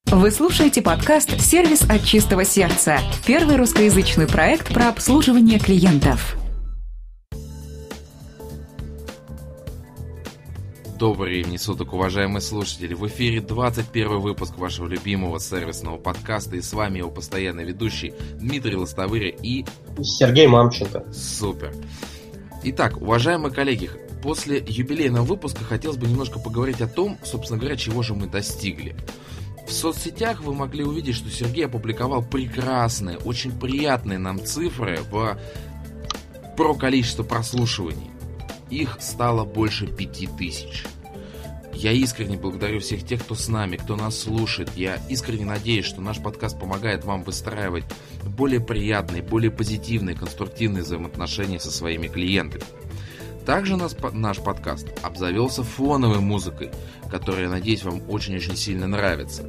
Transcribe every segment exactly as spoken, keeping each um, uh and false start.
Вы слушаете подкаст «Сервис от чистого сердца». Первый русскоязычный проект про обслуживание клиентов. Добрый времени суток, уважаемые слушатели. В эфире двадцать первый выпуск вашего любимого сервисного подкаста. И с вами его постоянный ведущий Дмитрий Лостовыря и... Сергей Мамченко. Супер. Итак, уважаемые коллеги, после юбилейного выпуска хотелось бы немножко поговорить о том, собственно говоря, чего же мы достигли. В соцсетях вы могли увидеть, что Сергей опубликовал прекрасные, очень приятные нам цифры в... про количество прослушиваний. Их стало больше пяти тысяч. Я искренне благодарю всех тех, кто с нами, кто нас слушает. Я искренне надеюсь, что наш подкаст помогает вам выстраивать более приятные, более позитивные, конструктивные взаимоотношения со своими клиентами. Также нас, наш подкаст обзавелся фоновой музыкой, которая, я надеюсь, вам очень-очень сильно нравится.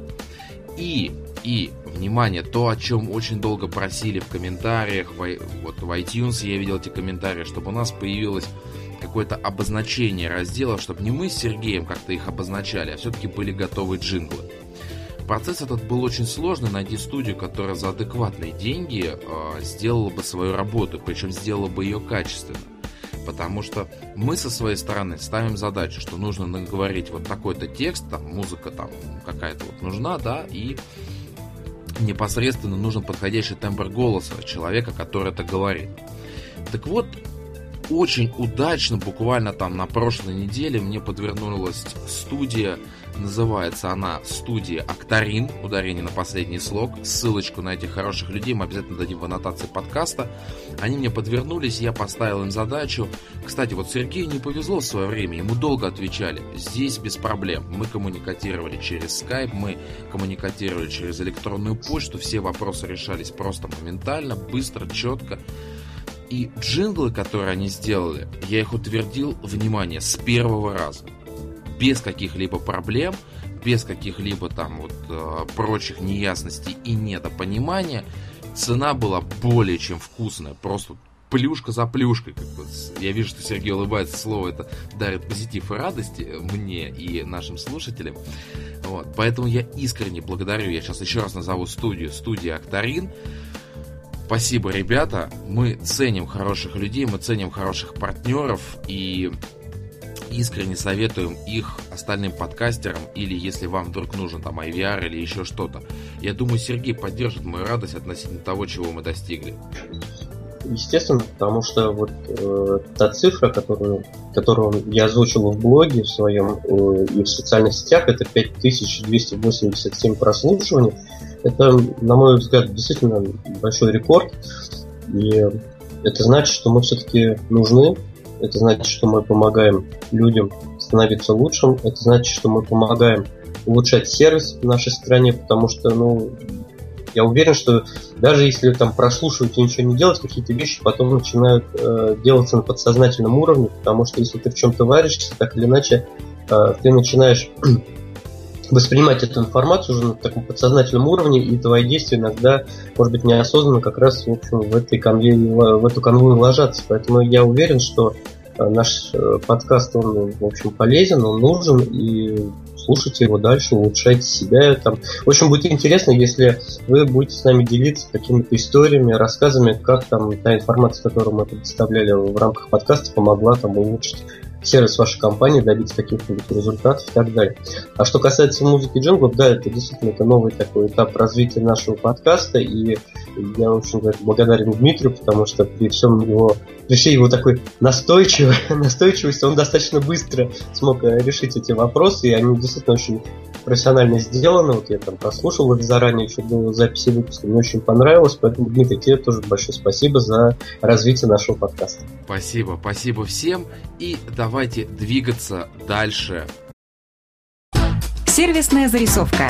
И, и, внимание, то, о чем очень долго просили в комментариях, в, вот в iTunes я видел эти комментарии, чтобы у нас появилось какое-то обозначение разделов, чтобы не мы с Сергеем как-то их обозначали, а все-таки были готовы джинглы. Процесс этот был очень сложный, найти студию, которая за адекватные деньги э, сделала бы свою работу, причем сделала бы ее качественно. Потому что мы со своей стороны ставим задачу, что нужно наговорить вот такой-то текст, там музыка там какая-то вот нужна, да, и непосредственно нужен подходящий тембр голоса человека, который это говорит. Так вот, очень удачно, буквально там на прошлой неделе мне подвернулась студия, называется она студия Акторин, ударение на последний слог. Ссылочку на этих хороших людей мы обязательно дадим в аннотации подкаста. Они мне подвернулись, я поставил им задачу. Кстати, вот Сергею не повезло в свое время, ему долго отвечали. Здесь без проблем. Мы коммуникатировали через Skype, мы коммуникатировали через электронную почту, все вопросы решались просто моментально, быстро, четко. И джинглы, которые они сделали, я их утвердил, внимание, с первого раза. Без каких-либо проблем, без каких-либо там вот э, прочих неясностей и недопонимания. Цена была более чем вкусная, просто плюшка за плюшкой. Как вот, я вижу, что Сергей улыбается, слово это дарит позитив и радость мне и нашим слушателям. Вот. Поэтому я искренне благодарю, я сейчас еще раз назову студию, студия Акторин. Спасибо, ребята, мы ценим хороших людей, мы ценим хороших партнеров и искренне советуем их остальным подкастерам, или если вам вдруг нужен там ай ви ар или еще что-то. Я думаю, Сергей поддержит мою радость относительно того, чего мы достигли. Естественно, потому что вот э, та цифра, которую, которую я озвучил в блоге в своем э, и в социальных сетях, это пять тысяч двести восемьдесят семь прослушиваний. Это, на мой взгляд, действительно большой рекорд. И это значит, что мы все-таки нужны. Это значит, что мы помогаем людям становиться лучшим. Это значит, что мы помогаем улучшать сервис в нашей стране, потому что, ну, я уверен, что даже если там прослушивать и ничего не делать, какие-то вещи потом начинают э, делаться на подсознательном уровне, потому что если ты в чем-то варишься, так или иначе, э, ты начинаешь воспринимать эту информацию уже на таком подсознательном уровне, и твои действия иногда, может быть, неосознанно как раз в, общем, в, этой конве, в эту канву ложатся. Поэтому я уверен, что наш подкаст, он, в общем, полезен, он нужен, и слушайте его дальше, улучшайте себя. Там. В общем, будет интересно, если вы будете с нами делиться какими-то историями, рассказами, как там та информация, которую мы предоставляли в рамках подкаста, помогла там улучшить сервис вашей компании, добиться каких-нибудь результатов и так далее. А что касается музыки и джинглов, да, это действительно это новый такой этап развития нашего подкаста, и я очень благодарен Дмитрию, потому что при всем его, при всей его такой настойчивой, настойчивости он достаточно быстро смог решить эти вопросы, и они действительно очень профессионально сделаны. Вот я там прослушал их заранее еще до записи выпуска, мне очень понравилось, поэтому, Дмитрий, тебе тоже большое спасибо за развитие нашего подкаста. Спасибо, спасибо всем, и давайте двигаться дальше. Сервисная зарисовка.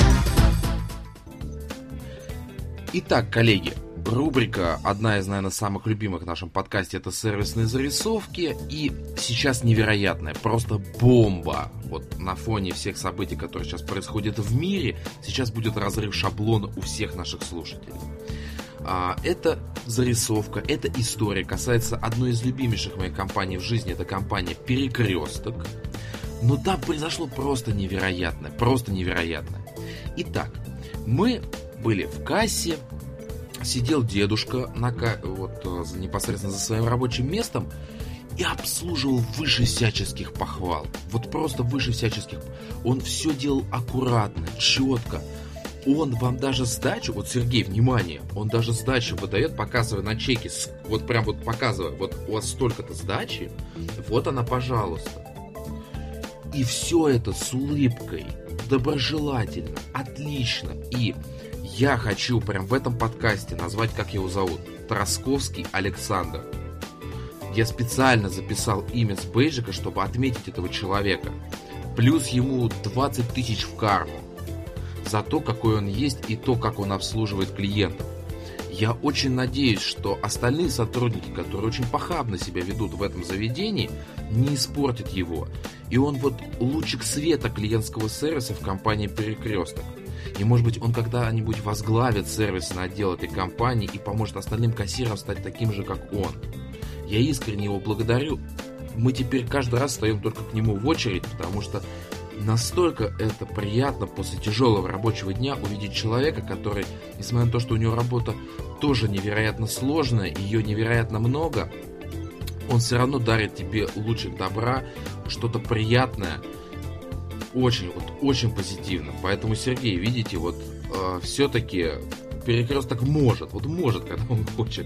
Итак, коллеги, рубрика, одна из, наверное, самых любимых в нашем подкасте, это сервисные зарисовки. И сейчас невероятная, просто бомба. Вот на фоне всех событий, которые сейчас происходят в мире, сейчас будет разрыв шаблона у всех наших слушателей. А, это зарисовка, это история, касается одной из любимейших моих компаний в жизни, это компания Перекресток. Но там произошло просто невероятное, просто невероятное. Итак, Мы были в кассе, сидел дедушка на, вот, непосредственно за своим рабочим местом и обслуживал выше всяческих похвал. Вот просто выше всяческих. Он все делал аккуратно, четко. Он вам даже сдачу, вот Сергей, внимание, он даже сдачу выдает, показывая на чеке, вот прям вот показывая, вот у вас столько-то сдачи, вот она, пожалуйста. И все это с улыбкой, доброжелательно, отлично. И я хочу прям в этом подкасте назвать, как его зовут, Тросковский Александр. Я специально записал имя с бейджика, чтобы отметить этого человека. Плюс ему двадцать тысяч в карму за то, какой он есть и то, как он обслуживает клиентов. Я очень надеюсь, что остальные сотрудники, которые очень похабно себя ведут в этом заведении, не испортят его. И он вот лучик света клиентского сервиса в компании «Перекресток». И может быть он когда-нибудь возглавит сервисный отдел этой компании и поможет остальным кассирам стать таким же, как он. Я искренне его благодарю. Мы теперь каждый раз встаем только к нему в очередь, потому что настолько это приятно после тяжелого рабочего дня увидеть человека, который, несмотря на то, что у него работа тоже невероятно сложная, ее невероятно много, он все равно дарит тебе лучик добра, что-то приятное, очень, вот, очень позитивно. Поэтому, Сергей, видите, вот э, все-таки Перекресток может, вот может, когда он хочет.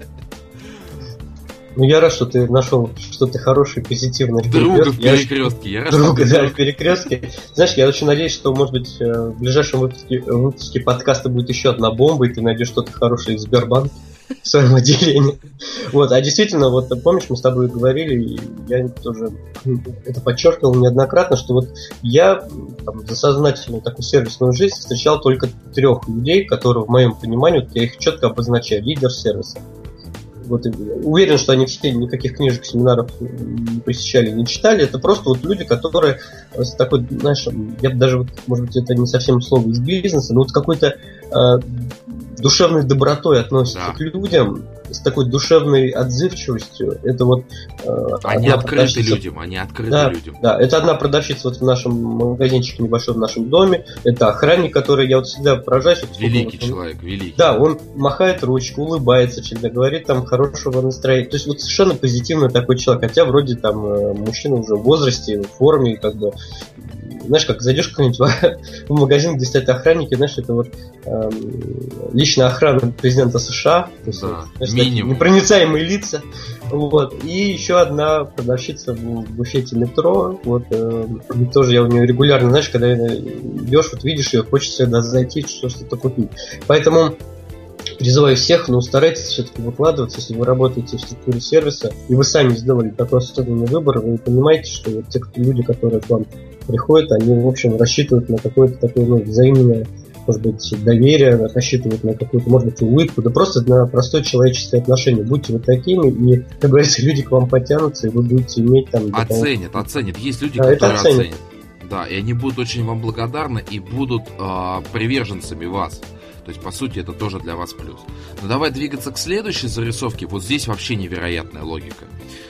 Ну, я рад, что ты нашел что-то хорошее, позитивное. Друга в Перекрестке. Я рад, Друга, да, в Перекрестке. Знаешь, я очень надеюсь, что, может быть, в ближайшем выпуске, выпуске подкаста будет еще одна бомба, и ты найдешь что-то хорошее из Сбербанка в своем отделении. Вот, а действительно, вот помнишь, мы с тобой говорили, и я тоже это подчеркивал неоднократно, что вот я там, за сознательную такую сервисную жизнь встречал только трех людей, которые, в моем понимании, вот я их четко обозначаю: лидер сервиса. Вот, уверен, что они все никаких книжек, семинаров не посещали, не читали. Это просто вот люди, которые с такой, знаешь, я бы даже, может быть, это не совсем слово из бизнеса, но вот с какой-то э, душевной добротой относятся да. к людям, с такой душевной отзывчивостью. Это вот э, они открыты людям, они открыты да, людям. Да, это одна продавщица вот в нашем магазинчике небольшом в нашем доме. Это охранник, который я вот всегда поражаюсь. Вот, великий вот, человек, он, великий. Да, он махает ручку, улыбается всегда, говорит там хорошего настроения. То есть вот совершенно позитивный такой человек. Хотя вроде там мужчина уже в возрасте, в форме, как бы. Знаешь, как зайдешь кто-нибудь в магазин, где стоят охранники, знаешь, это вот э, личная охрана президента США, то есть, да, знаешь, такие непроницаемые лица. Вот. И еще одна продавщица в буфете метро. Вот, э, тоже я у нее регулярно, знаешь, когда идешь, вот видишь ее, хочется сюда зайти, что-то купить. Поэтому призываю всех, но старайтесь все-таки выкладываться, если вы работаете в структуре сервиса, и вы сами сделали такой осознанный выбор, вы понимаете, что вот те люди, которые к вам приходят, они, в общем, рассчитывают на какое-то такое, ну, взаимное, может быть, доверие, рассчитывают на какую-то, может быть, улыбку, да просто на простое человеческое отношение. Будьте вы такими, и, как говорится, люди к вам потянутся, и вы будете иметь там... Оценят, оценят. Есть люди, да, которые оценят. оценят. Да, и они будут очень вам благодарны и будут э, приверженцами вас. То есть, по сути, это тоже для вас плюс. Но давай двигаться к следующей зарисовке. Вот здесь вообще невероятная логика.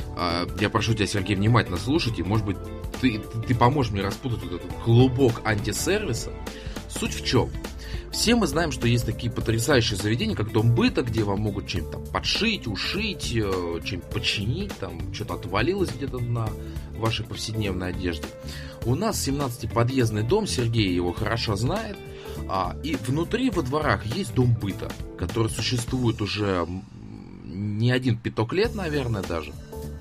Я прошу тебя, Сергей, внимательно слушать, и, может быть, ты, ты поможешь мне распутать вот этот клубок антисервиса. Суть в чем? Все мы знаем, что есть такие потрясающие заведения, как Дом быта, где вам могут что-нибудь там подшить, ушить, что-нибудь починить, там что-то отвалилось где-то на вашей повседневной одежде. У нас семнадцатиподъездный дом, Сергей его хорошо знает, а, и внутри во дворах есть Дом быта, который существует уже не один пяток лет, наверное, даже.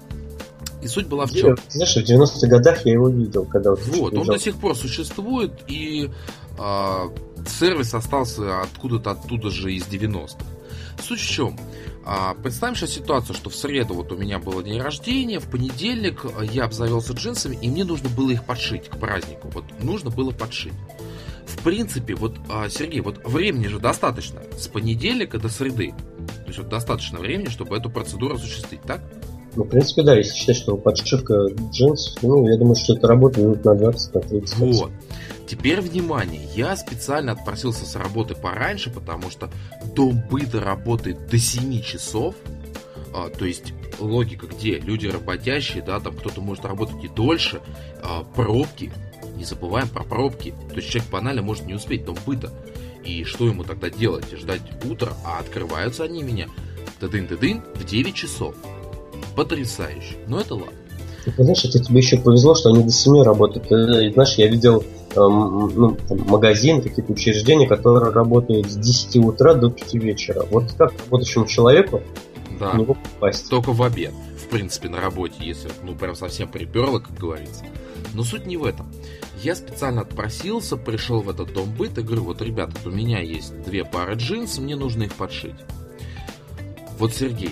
И суть была в чем? Ты знаешь, в девяностых годах я его видел, когда вот. Вот, он до сих пор существует, и э, сервис остался откуда-то оттуда же из девяностых. Суть в чем? Э, представим сейчас ситуацию, что в среду вот у меня было день рождения, в понедельник я обзавелся джинсами, и мне нужно было их подшить к празднику. Вот нужно было подшить. В принципе, вот, э, Сергей, вот времени же достаточно с понедельника до среды. То есть вот достаточно времени, чтобы эту процедуру осуществить, так? Ну, в принципе, да, если считать, что подшивка джинсов, ну, я думаю, что это работает минут на двадцать, на тридцать. Вот. Теперь, внимание, я специально отпросился с работы пораньше, потому что Дом быта работает до семи часов. А, то есть, логика где? Люди работящие, да, там кто-то может работать и дольше. А, пробки. Не забываем про пробки. То есть, человек банально может не успеть Дом быта. И что ему тогда делать? Ждать утра? А открываются они меня тыдын-тыдын в девять часов. Потрясающе. Но это ладно. Ты знаешь, это тебе еще повезло, что они до семи работают. Ты, знаешь, я видел эм, ну, там, магазин, какие-то учреждения, которые работают с десяти утра до пяти вечера. Вот как работающему человеку да. в него попасть? Только в обед. В принципе, на работе, если ну прям совсем приперло, как говорится. Но суть не в этом. Я специально отпросился, пришел в этот дом быт и говорю, вот, ребята, у меня есть две пары джинс, мне нужно их подшить. Вот Сергей,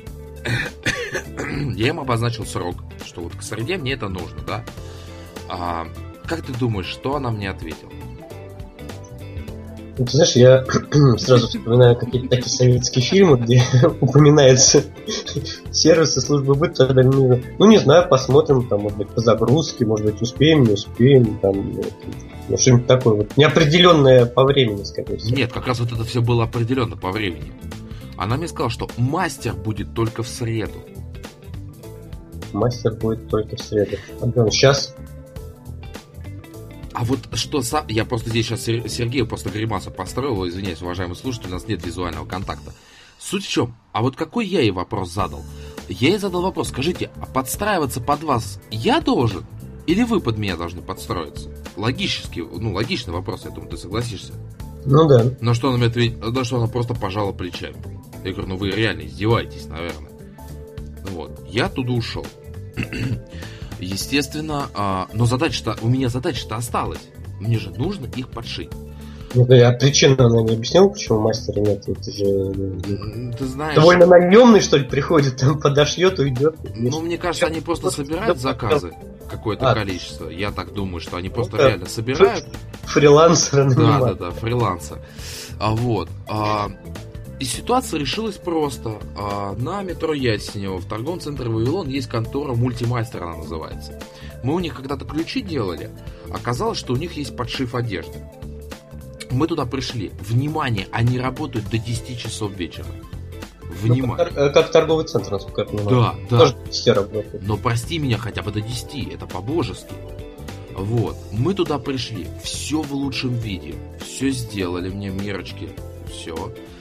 я им обозначил срок, что вот к среде мне это нужно, да? А, как ты думаешь, что она мне ответила? Ну, ты знаешь, я сразу вспоминаю какие-то такие советские фильмы, где упоминаются сервисы службы быта. Ну, не знаю, посмотрим, там, может быть, по загрузке, может быть, успеем, не успеем, там, ну, что-нибудь такое вот. Неопределенное по времени, скорее всего. Нет, как раз вот это все было определенно по времени. Она мне сказала, что мастер будет только в среду. Мастер будет только в среду. Антон, сейчас... А вот что сам... Я просто здесь сейчас Сергею просто гримасу построил. Извиняюсь, уважаемый слушатель, у нас нет визуального контакта. Суть в чем? А вот какой я ей вопрос задал? Я ей задал вопрос, скажите, а подстраиваться под вас я должен? Или вы под меня должны подстроиться? Логический, ну, логичный вопрос, я думаю, ты согласишься. Ну да. На что она мне ответила, на что она просто пожала плечами. Я говорю, ну вы реально издеваетесь, наверное. Вот, я оттуда ушел. Естественно, а, но задача-то, у меня задача-то осталась. Мне же нужно их подшить. Ну, а причину она не объяснила, почему мастера нет? Это же ты знаешь, довольно наемный, что ли, приходит, там подошьет, уйдет. Ну, мне кажется, они просто собирают заказы, какое-то а, количество. Я так думаю, что они просто ну, реально собирают. Фрилансера нанимают. Да, да, да, фрилансер. А вот. А, и ситуация решилась просто. А, на метро Ясенево в торговом центре Вавилон есть контора Мультимастер, она называется. Мы у них когда-то ключи делали. Оказалось, что у них есть подшив одежды. Мы туда пришли. Внимание, они работают до десяти часов вечера. Внимание. Ну, как, как торговый центр, насколько я понимаю. Да, да. Тоже все работают. Но прости меня хотя бы до десяти, это по-божески. Вот, мы туда пришли, все в лучшем виде, все сделали мне мерочки, все.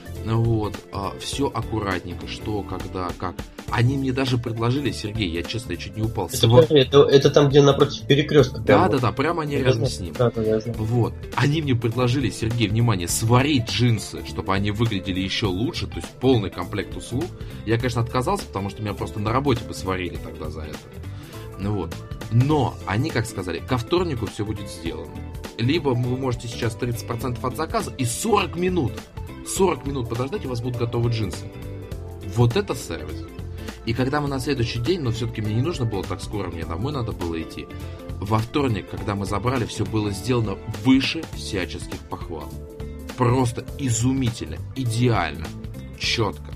Вот, а, все аккуратненько, что, когда, как. Они мне даже предложили, Сергей, я честно, я чуть не упал. Это, Сво... это, это там, где напротив перекрестка. Да, да, да, прямо они я рядом знаю. с ним. Да, да, я знаю. Вот, они мне предложили, Сергей, внимание, сварить джинсы, чтобы они выглядели еще лучше, то есть полный комплект услуг. Я, конечно, отказался, потому что меня просто на работе бы сварили тогда за это. Ну вот. Но они, как сказали, ко вторнику все будет сделано. Либо вы можете сейчас тридцать процентов от заказа и сорок минут. сорок минут подождать, и у вас будут готовы джинсы. Вот это сервис. И когда мы на следующий день, но все-таки мне не нужно было так скоро, мне домой надо было идти. Во вторник, когда мы забрали, все было сделано выше всяческих похвал. Просто изумительно, идеально, четко,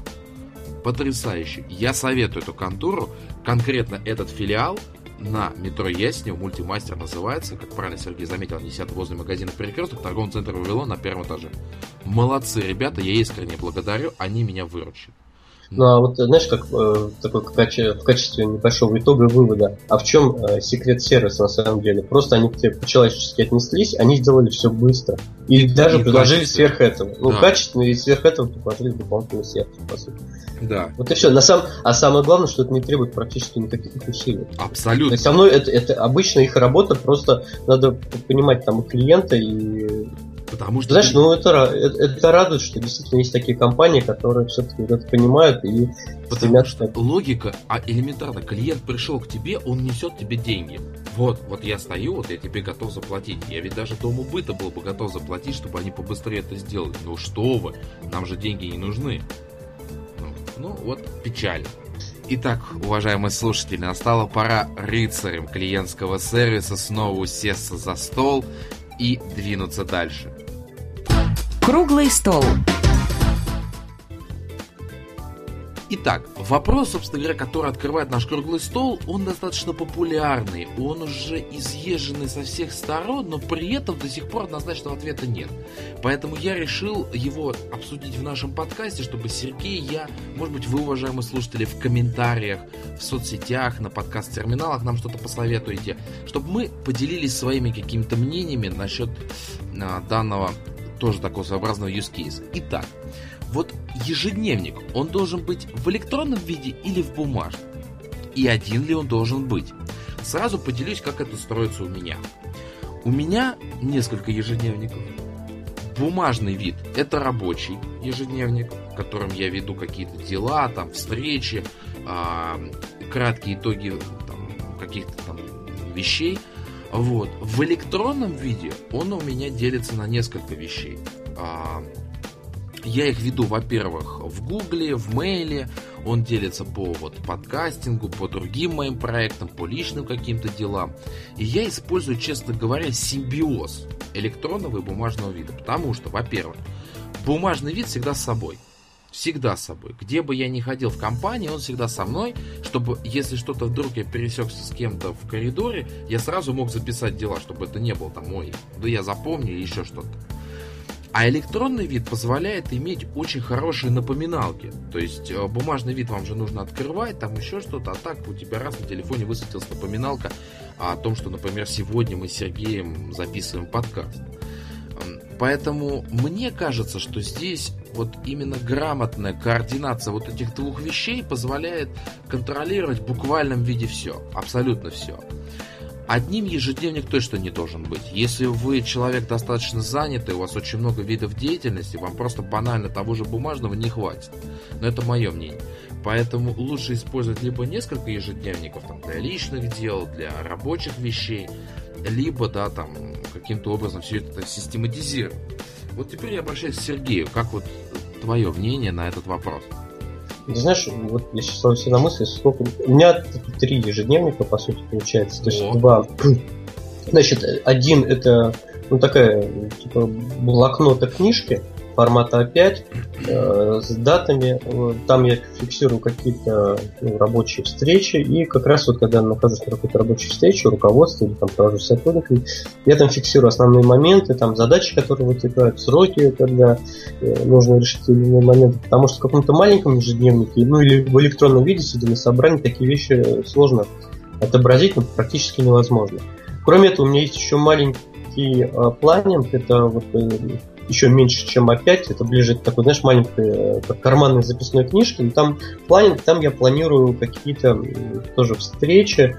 потрясающе. Я советую эту контору, конкретно этот филиал, на метро Ясенево, Мультимастер называется, как правильно Сергей заметил, они сидят возле магазина Перекресток, в торговом центре Вавилон на первом этаже. Молодцы, ребята, я искренне благодарю, они меня выручили. Ну а вот знаешь, как э, такой в качестве, в качестве небольшого итога вывода, а в чем э, секрет сервиса на самом деле? Просто они к тебе по-человечески отнеслись, они сделали все быстро. И, и даже и предложили сверх этого. Ну, да. Качественно, и сверх этого предложили дополнительный сервис, по сути. Да. Вот и все. На сам... А самое главное, что это не требует практически никаких усилий. Абсолютно. То есть со мной это, это обычно их работа, просто надо понимать там и клиента, и... Потому что знаешь, ты... ну это, это, это радует, что действительно есть такие компании, которые все-таки это понимают и потому что логика, а элементарно, клиент пришел к тебе, он несет тебе деньги. Вот, вот я стою, вот я тебе готов заплатить. Я ведь даже дому быта был бы готов заплатить, чтобы они побыстрее это сделали. Ну что вы, нам же деньги не нужны. Ну, ну вот, печально. Итак, уважаемые слушатели, настала пора рыцарям клиентского сервиса снова усесться за стол и двинуться дальше. Круглый стол. Итак, вопрос, собственно говоря, который открывает наш круглый стол, он достаточно популярный, он уже изъезженный со всех сторон, но при этом до сих пор однозначного ответа нет. Поэтому я решил его обсудить в нашем подкасте, чтобы Сергей, я, может быть, вы, уважаемые слушатели, в комментариях, в соцсетях, на подкаст-терминалах нам что-то посоветуете, чтобы мы поделились своими какими-то мнениями насчет а, данного тоже такого своеобразного use case. Итак, вот ежедневник, он должен быть в электронном виде или в бумажном? И один ли он должен быть? Сразу поделюсь, как это строится у меня. У меня несколько ежедневников. Бумажный вид – это рабочий ежедневник, в котором я веду какие-то дела, там, встречи, э, краткие итоги там, каких-то там вещей. Вот. В электронном виде он у меня делится на несколько вещей. Э, я их веду, во-первых, в Гугле, в Мейле. Он делится по вот, подкастингу, по другим моим проектам, по личным каким-то делам. И я использую, честно говоря, симбиоз электронного и бумажного вида. Потому что, во-первых, бумажный вид всегда с собой. Всегда с собой. Где бы я ни ходил в компании, он всегда со мной, чтобы, если что-то вдруг я пересекся с кем-то в коридоре, я сразу мог записать дела, чтобы это не было там, ой, да я запомню или еще что-то. А электронный вид позволяет иметь очень хорошие напоминалки. То есть бумажный вид вам же нужно открывать, там еще что-то, а так у тебя раз на телефоне высветилась напоминалка о том, что, например, сегодня мы с Сергеем записываем подкаст. Поэтому мне кажется, что здесь вот именно грамотная координация вот этих двух вещей позволяет контролировать в буквальном виде все, абсолютно все. Одним ежедневник точно не должен быть. Если вы человек достаточно занятый, у вас очень много видов деятельности, вам просто банально того же бумажного не хватит. Но это мое мнение. Поэтому лучше использовать либо несколько ежедневников там, для личных дел, для рабочих вещей, либо да, там, каким-то образом все это систематизировать. Вот теперь я обращаюсь к Сергею. Как вот твое мнение на этот вопрос? Ты знаешь, вот я сейчас ловлю на мысли, сколько... У меня три ежедневника, по сути, получается. То есть О. два. Значит, один это ну, такая, типа, блокнота книжки формата а пять э, с датами. Там я фиксирую какие-то ну, рабочие встречи. И как раз вот когда нахожусь на какой-то рабочей встрече, руководство или там провожу с сотрудниками, я там фиксирую основные моменты, там задачи, которые вытекают, сроки, когда э, нужно решить те или иные моменты. Потому что в каком-то маленьком ежедневнике, ну или в электронном виде, сидя на собрании, такие вещи сложно отобразить, но практически невозможно. Кроме этого, у меня есть еще маленький э, планинг, это вот э, еще меньше, чем а пять, это ближе к такой, знаешь, маленькой, как карманной записной книжке. Но там планинг, там я планирую какие-то тоже встречи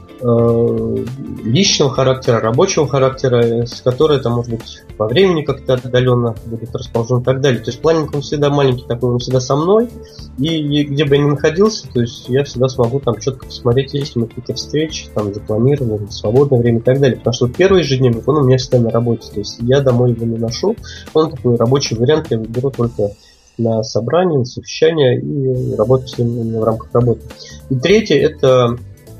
э, личного характера, рабочего характера, с которой там, может быть, по времени как-то отдаленно будет расположен и так далее. То есть планинг, он всегда маленький такой, он всегда со мной. И, и где бы я ни находился, то есть я всегда смогу там четко посмотреть, есть ли какие-то встречи, там запланированы, свободное время и так далее. Потому что первый ежедневник, он у меня всегда на работе. То есть я домой его не ношу. Он такой рабочий вариант, я выберу только на собрание, на совещание и работаю с ним в рамках работы. И третье, это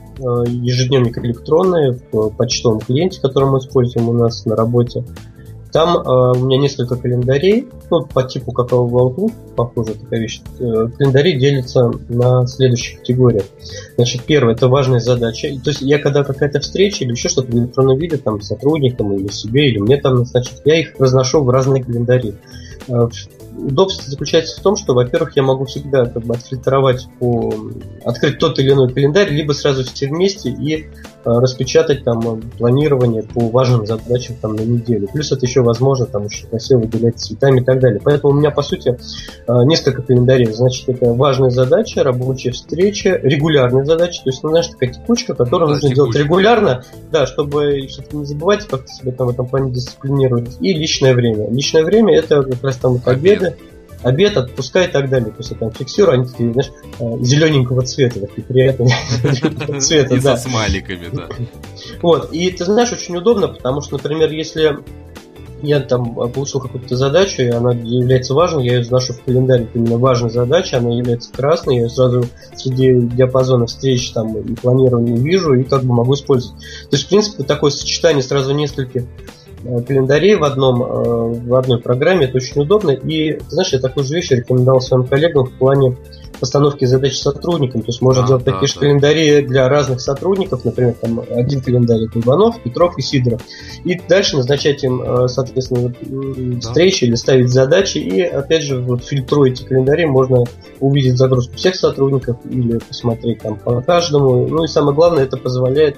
ежедневник электронный в почтовом клиенте, который мы используем у нас на работе. Там э, у меня несколько календарей, ну, по типу как в Outlook, похоже такая вещь. Э, календари делятся на следующие категории. Значит, первое, это важные задачи. То есть я когда какая-то встреча или еще что-то в электронном виде, там, сотрудникам или себе, или мне там назначить, я их разношу в разные календари. Э, удобство заключается в том, что, во-первых, я могу всегда как бы отфильтровать по... открыть тот или иной календарь, либо сразу все вместе и э, распечатать там планирование по важным задачам там на неделю. Плюс это еще возможно там еще красиво выделять цветами и так далее. Поэтому у меня, по сути, э, несколько календарей. Значит, это важные задачи, рабочие встречи, регулярные задачи. То есть, ну, знаешь, такая текучка, которую ну, нужно текучка. делать регулярно, да, чтобы все-таки не забывать, как-то себя там в этом плане дисциплинировать. И личное время. Личное время это как раз там обед. Обед, отпускай и так далее. То есть я там фиксирую, они такие, знаешь, зелененького цвета, такие приятные цвета. И со смайликами, да. Вот, и ты знаешь, очень удобно, потому что, например, если я там получил какую-то задачу, и она является важной, я ее заношу в календарь, именно важная задача, она является красной, я ее сразу среди диапазона встреч там и планирования вижу, и как бы могу использовать. То есть, в принципе, такое сочетание сразу нескольких календарей в одном в одной программе, это очень удобно. И, ты знаешь, я такую же вещь рекомендовал своим коллегам в плане постановки задач сотрудникам. То есть можно да, делать да, такие же да. календари для разных сотрудников, например, там один календарь это Иванов, Петров и Сидоров. И дальше назначать им, соответственно, встречи да. или ставить задачи. И, опять же, вот, фильтруя эти календари, можно увидеть загрузку всех сотрудников или посмотреть там по каждому. Ну и самое главное, это позволяет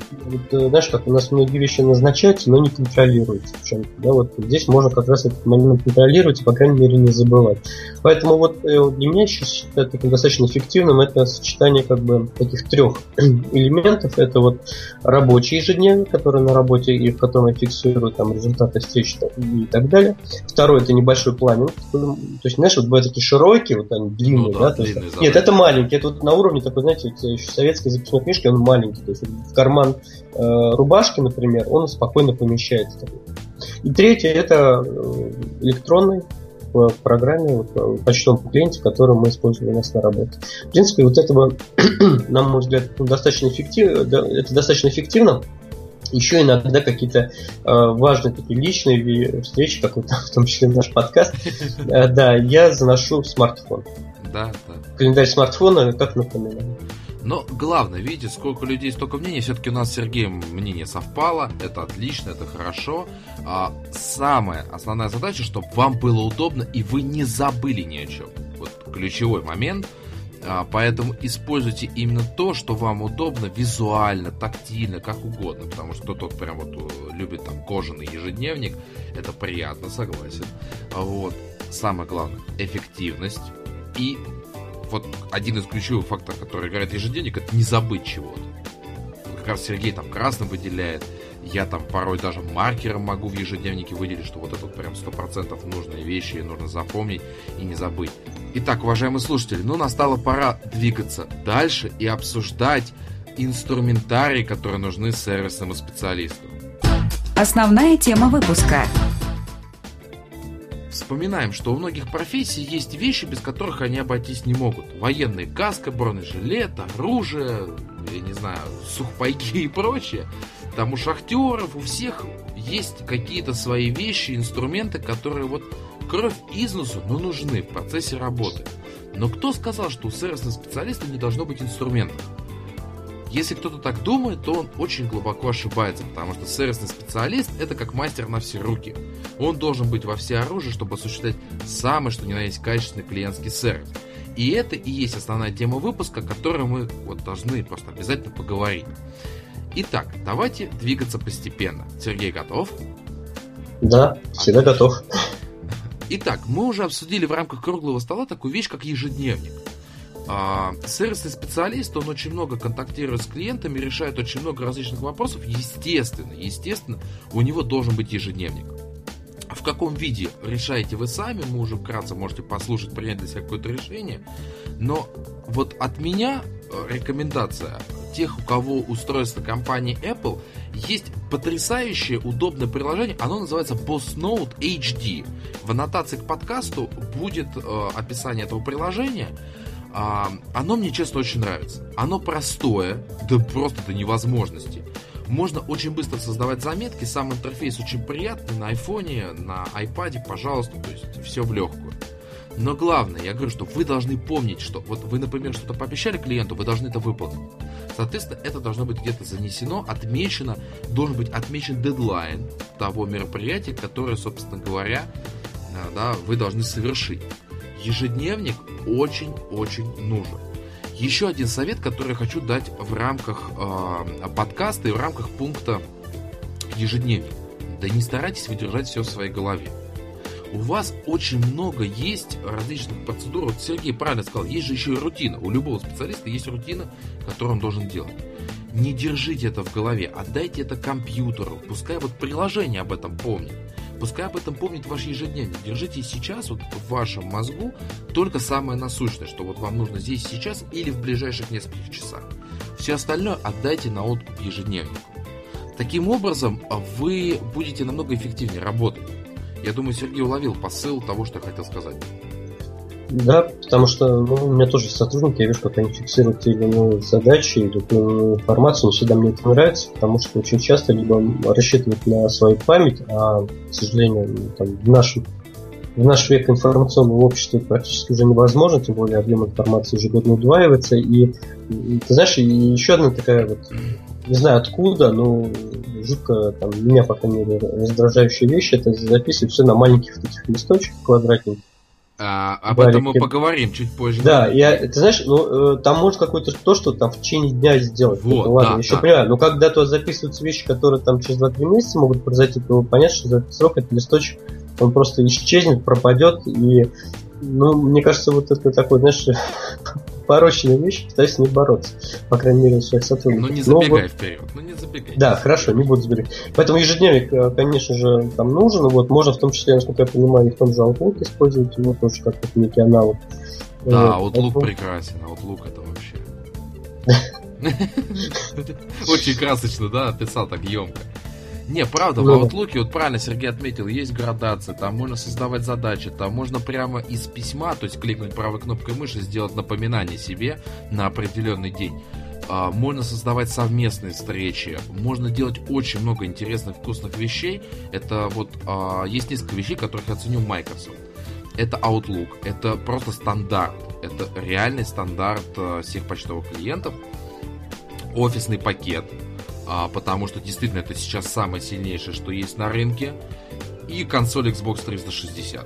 вот, знаешь, как у нас многие вещи назначаются, но не контролируются в чем-то. Да, вот здесь можно как раз этот момент контролировать и, по крайней мере, не забывать. Поэтому вот для меня еще считаю таким достаточно эффективным это сочетание как бы таких трех элементов. Это вот рабочий ежедневник, который на работе и в котором я фиксирую там результаты встреч и так далее. Второй это небольшой планинг. То есть, знаешь, вот бывают такие широкие, вот они длинные, ну, да, да длинные, есть, нет, это маленький, это вот на уровне такой, знаете, вот, еще советской записной книжки, он маленький, то есть в карман э, рубашки, например, он спокойно помещается. И третье это электронный в программе, вот, в почтовом клиенте, который мы используем у нас на работе. В принципе, вот этого, на мой взгляд, достаточно эффективно, это достаточно эффективно. Еще иногда какие-то э, важные такие личные встречи, как вот, в том числе наш подкаст, э, да, я заношу в смартфон. Да, да. Календарь смартфона как напоминание. Но главное, видите, сколько людей, столько мнений. Все-таки у нас с Сергеем мнение совпало. Это отлично, это хорошо. А самая основная задача, чтобы вам было удобно и вы не забыли ни о чем. Вот ключевой момент. А, поэтому используйте именно то, что вам удобно визуально, тактильно, как угодно. Потому что тот прям вот любит там кожаный ежедневник. Это приятно, согласен. Вот. Самое главное, эффективность. И вот один из ключевых факторов, который играет ежедневник, это не забыть чего-то. Как раз Сергей там красным выделяет. Я там порой даже маркером могу в ежедневнике выделить, что вот это вот прям сто процентов нужные вещи нужно запомнить и не забыть. Итак, уважаемые слушатели, ну настала пора двигаться дальше и обсуждать инструментарий, которые нужны сервисному специалисту. Основная тема выпуска. Вспоминаем, что у многих профессий есть вещи, без которых они обойтись не могут. Военные каска, бронежилет, оружие, я не знаю, сухпайки и прочее. Там у шахтеров, у всех есть какие-то свои вещи, инструменты, которые вот кровь из носу, но нужны в процессе работы. Но кто сказал, что у сервисного специалиста не должно быть инструментов? Если кто-то так думает, то он очень глубоко ошибается, потому что сервисный специалист – это как мастер на все руки. Он должен быть во всеоружии, чтобы осуществлять самый, что ни на есть, качественный клиентский сервис. И это и есть основная тема выпуска, о которой мы вот должны просто обязательно поговорить. Итак, давайте двигаться постепенно. Сергей готов? Да, всегда готов. Итак, мы уже обсудили в рамках круглого стола такую вещь, как ежедневник. А, сервисный специалист, он очень много контактирует с клиентами, решает очень много различных вопросов. Естественно, естественно, у него должен быть ежедневник. В каком виде решаете вы сами, мы уже вкратце можете послушать, принять для себя какое-то решение. Но вот от меня рекомендация тех, у кого устройство компании Apple, есть потрясающее удобное приложение, оно называется BossNote эйч ди. В аннотации к подкасту будет э, описание этого приложения. Э, оно мне, честно, очень нравится. Оно простое, да просто до невозможности. Можно очень быстро создавать заметки, сам интерфейс очень приятный, на айфоне, на айпаде, пожалуйста, то есть все в легкую. Но главное, я говорю, что вы должны помнить, что вот вы, например, что-то пообещали клиенту, вы должны это выполнить. Соответственно, это должно быть где-то занесено, отмечено, должен быть отмечен дедлайн того мероприятия, которое, собственно говоря, да, вы должны совершить. Ежедневник очень-очень нужен. Еще один совет, который я хочу дать в рамках э, подкаста и в рамках пункта ежедневник. Да не старайтесь выдержать все в своей голове. У вас очень много есть различных процедур. Вот Сергей правильно сказал, есть же еще и рутина. У любого специалиста есть рутина, которую он должен делать. Не держите это в голове, отдайте это компьютеру. Пускай вот приложение об этом помнит. Пускай об этом помнит ваш ежедневник. Держите сейчас вот в вашем мозгу только самое насущное, что вот вам нужно здесь сейчас или в ближайших нескольких часах. Все остальное отдайте на откуп ежедневнику. Таким образом, вы будете намного эффективнее работать. Я думаю, Сергей уловил посыл того, что я хотел сказать. Да, потому что ну, у меня тоже сотрудники, я вижу, как они фиксируют те или иные задачи или ту или иную информацию, не всегда мне это нравится, потому что очень часто либо рассчитывают на свою память, а, к сожалению, там, в, нашем, в наш век информационного общества это практически уже невозможно, тем более объем информации ежегодно удваивается, и, и ты знаешь, и еще одна такая вот, не знаю откуда, но жутко там, меня, по крайней мере, раздражающая вещь, это записывать все на маленьких таких листочках квадратненьких. А, об этом мы поговорим чуть позже. Да, я, ты знаешь, ну, там может какое-то то, что там в течение дня сделать. Вот, это, ладно, да, еще да. понимаю. Но когда то записываются вещи, которые там через два-три месяца могут произойти, то понятно, что за этот срок этот листочек, он просто исчезнет, пропадет. И, ну, мне кажется, вот это такой, знаешь, порочная вещь, пытаюсь с ней бороться. По крайней мере, у своих сотрудников. Ну, не забегай вот, вперед. Ну, не забегай. Да, хорошо, не буду забегать. Поэтому ежедневник, конечно же, там нужен. Вот, можно в том числе, насколько я понимаю, и в том же Outlook использовать его тоже как некий аналог. Да, вот, Outlook поэтому... прекрасен. Outlook это вообще... Очень красочно, да, описал так емко. Не, правда, в Outlook, вот правильно Сергей отметил, есть градация, там можно создавать задачи, там можно прямо из письма, то есть кликнуть правой кнопкой мыши, сделать напоминание себе на определенный день. А, можно создавать совместные встречи, можно делать очень много интересных, вкусных вещей. Это вот, а, есть несколько вещей, которых я ценю Microsoft. Это Outlook, это просто стандарт, это реальный стандарт а, всех почтовых клиентов. Офисный пакет, а, потому что действительно это сейчас самое сильнейшее, что есть на рынке. И консоль Xbox триста шестьдесят.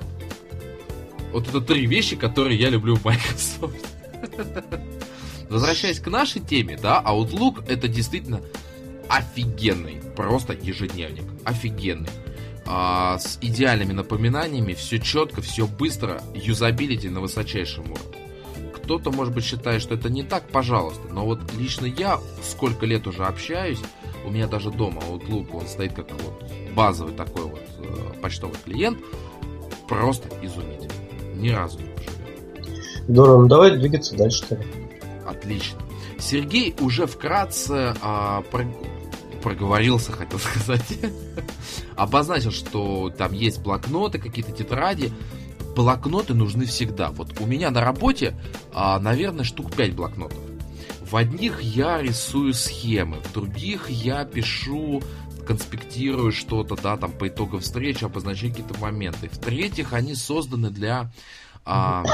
Вот это три вещи, которые я люблю в Microsoft. Возвращаясь к нашей теме, да, Outlook это действительно офигенный, просто ежедневник, офигенный. А, с идеальными напоминаниями, все четко, все быстро, юзабилити на высочайшем уровне. Кто-то, может быть, считает, что это не так, пожалуйста. Но вот лично я сколько лет уже общаюсь, у меня даже дома Outlook, он стоит как вот базовый такой вот э, почтовый клиент. Просто изумительно. Ни разу не пожалел. Здорово, ну давай двигаться дальше. Отлично. Сергей уже вкратце а, про... проговорился, хотел сказать. Обозначил, что там есть блокноты, какие-то тетради. Блокноты нужны всегда. Вот у меня на работе, а, наверное, штук пять блокнотов. В одних я рисую схемы, в других я пишу, конспектирую что-то, да, там по итогам встречи, обозначаю какие-то моменты. В-третьих, они созданы для а,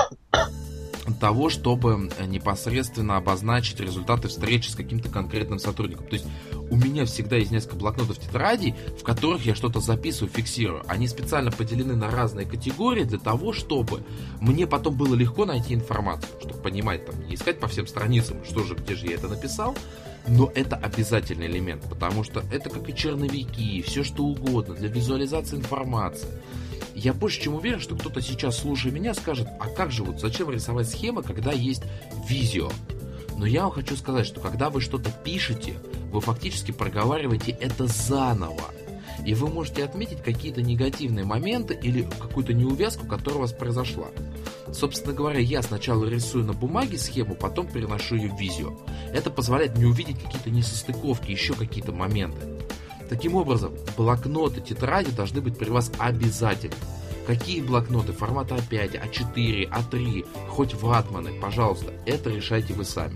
того, чтобы непосредственно обозначить результаты встречи с каким-то конкретным сотрудником. То есть у меня всегда есть несколько блокнотов тетрадей, в которых я что-то записываю, фиксирую. Они специально поделены на разные категории для того, чтобы мне потом было легко найти информацию, чтобы понимать, там, не искать по всем страницам, что же, где же я это написал. Но это обязательный элемент, потому что это как и черновики, все что угодно для визуализации информации. Я больше чем уверен, что кто-то сейчас, слушая меня, скажет, а как же, вот зачем рисовать схемы, когда есть видео? Но я вам хочу сказать, что когда вы что-то пишете, вы фактически проговариваете это заново. И вы можете отметить какие-то негативные моменты или какую-то неувязку, которая у вас произошла. Собственно говоря, я сначала рисую на бумаге схему, потом переношу ее в видео. Это позволяет мне увидеть какие-то несостыковки, еще какие-то моменты. Таким образом, блокноты, тетради должны быть при вас обязательно. Какие блокноты? Формата а пять, а четыре, а три, хоть ватманы, пожалуйста, это решайте вы сами.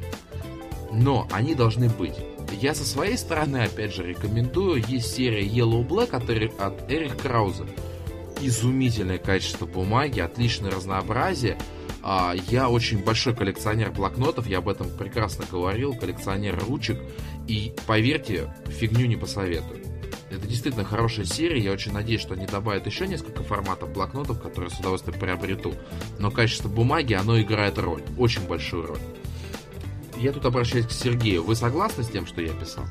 Но они должны быть. Я со своей стороны, опять же, рекомендую, есть серия Yellow Black от, от Эрих Краузе. Изумительное качество бумаги, отличное разнообразие. Я очень большой коллекционер блокнотов, я об этом прекрасно говорил, коллекционер ручек. И поверьте, фигню не посоветую. Это действительно хорошая серия, я очень надеюсь, что они добавят еще несколько форматов блокнотов, которые с удовольствием приобрету. Но качество бумаги, оно играет роль, очень большую роль. Я тут обращаюсь к Сергею. Вы согласны с тем, что я писал?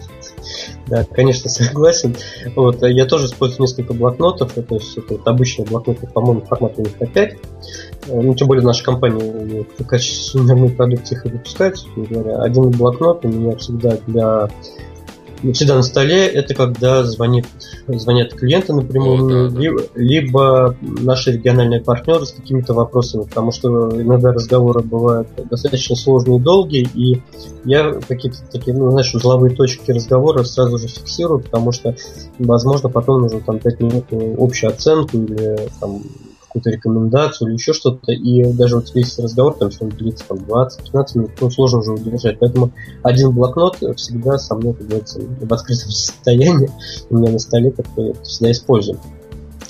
Да, конечно, согласен. Вот, я тоже использую несколько блокнотов. Это, это вот обычные блокноты, по-моему, формат у них а пять. Ну, тем более наша компания в качестве сувенирной продукции их и выпускает, говоря. Один блокнот у меня всегда для... Всегда на столе, это когда звонит, звонят клиенты напрямую, О, да, либо, да. либо наши региональные партнеры с какими-то вопросами, потому что иногда разговоры бывают достаточно сложные и долгие, и я какие-то такие, ну, знаешь, узловые точки разговора сразу же фиксирую, потому что, возможно, потом нужно там дать некую общую оценку или там какую-то рекомендацию или еще что-то, и даже вот весь разговор там все длится там двадцать-пятнадцать минут, ну, сложно уже удержать. Поэтому один блокнот всегда со мной, как говорится, в открытом состоянии, у меня на столе, как я всегда использую.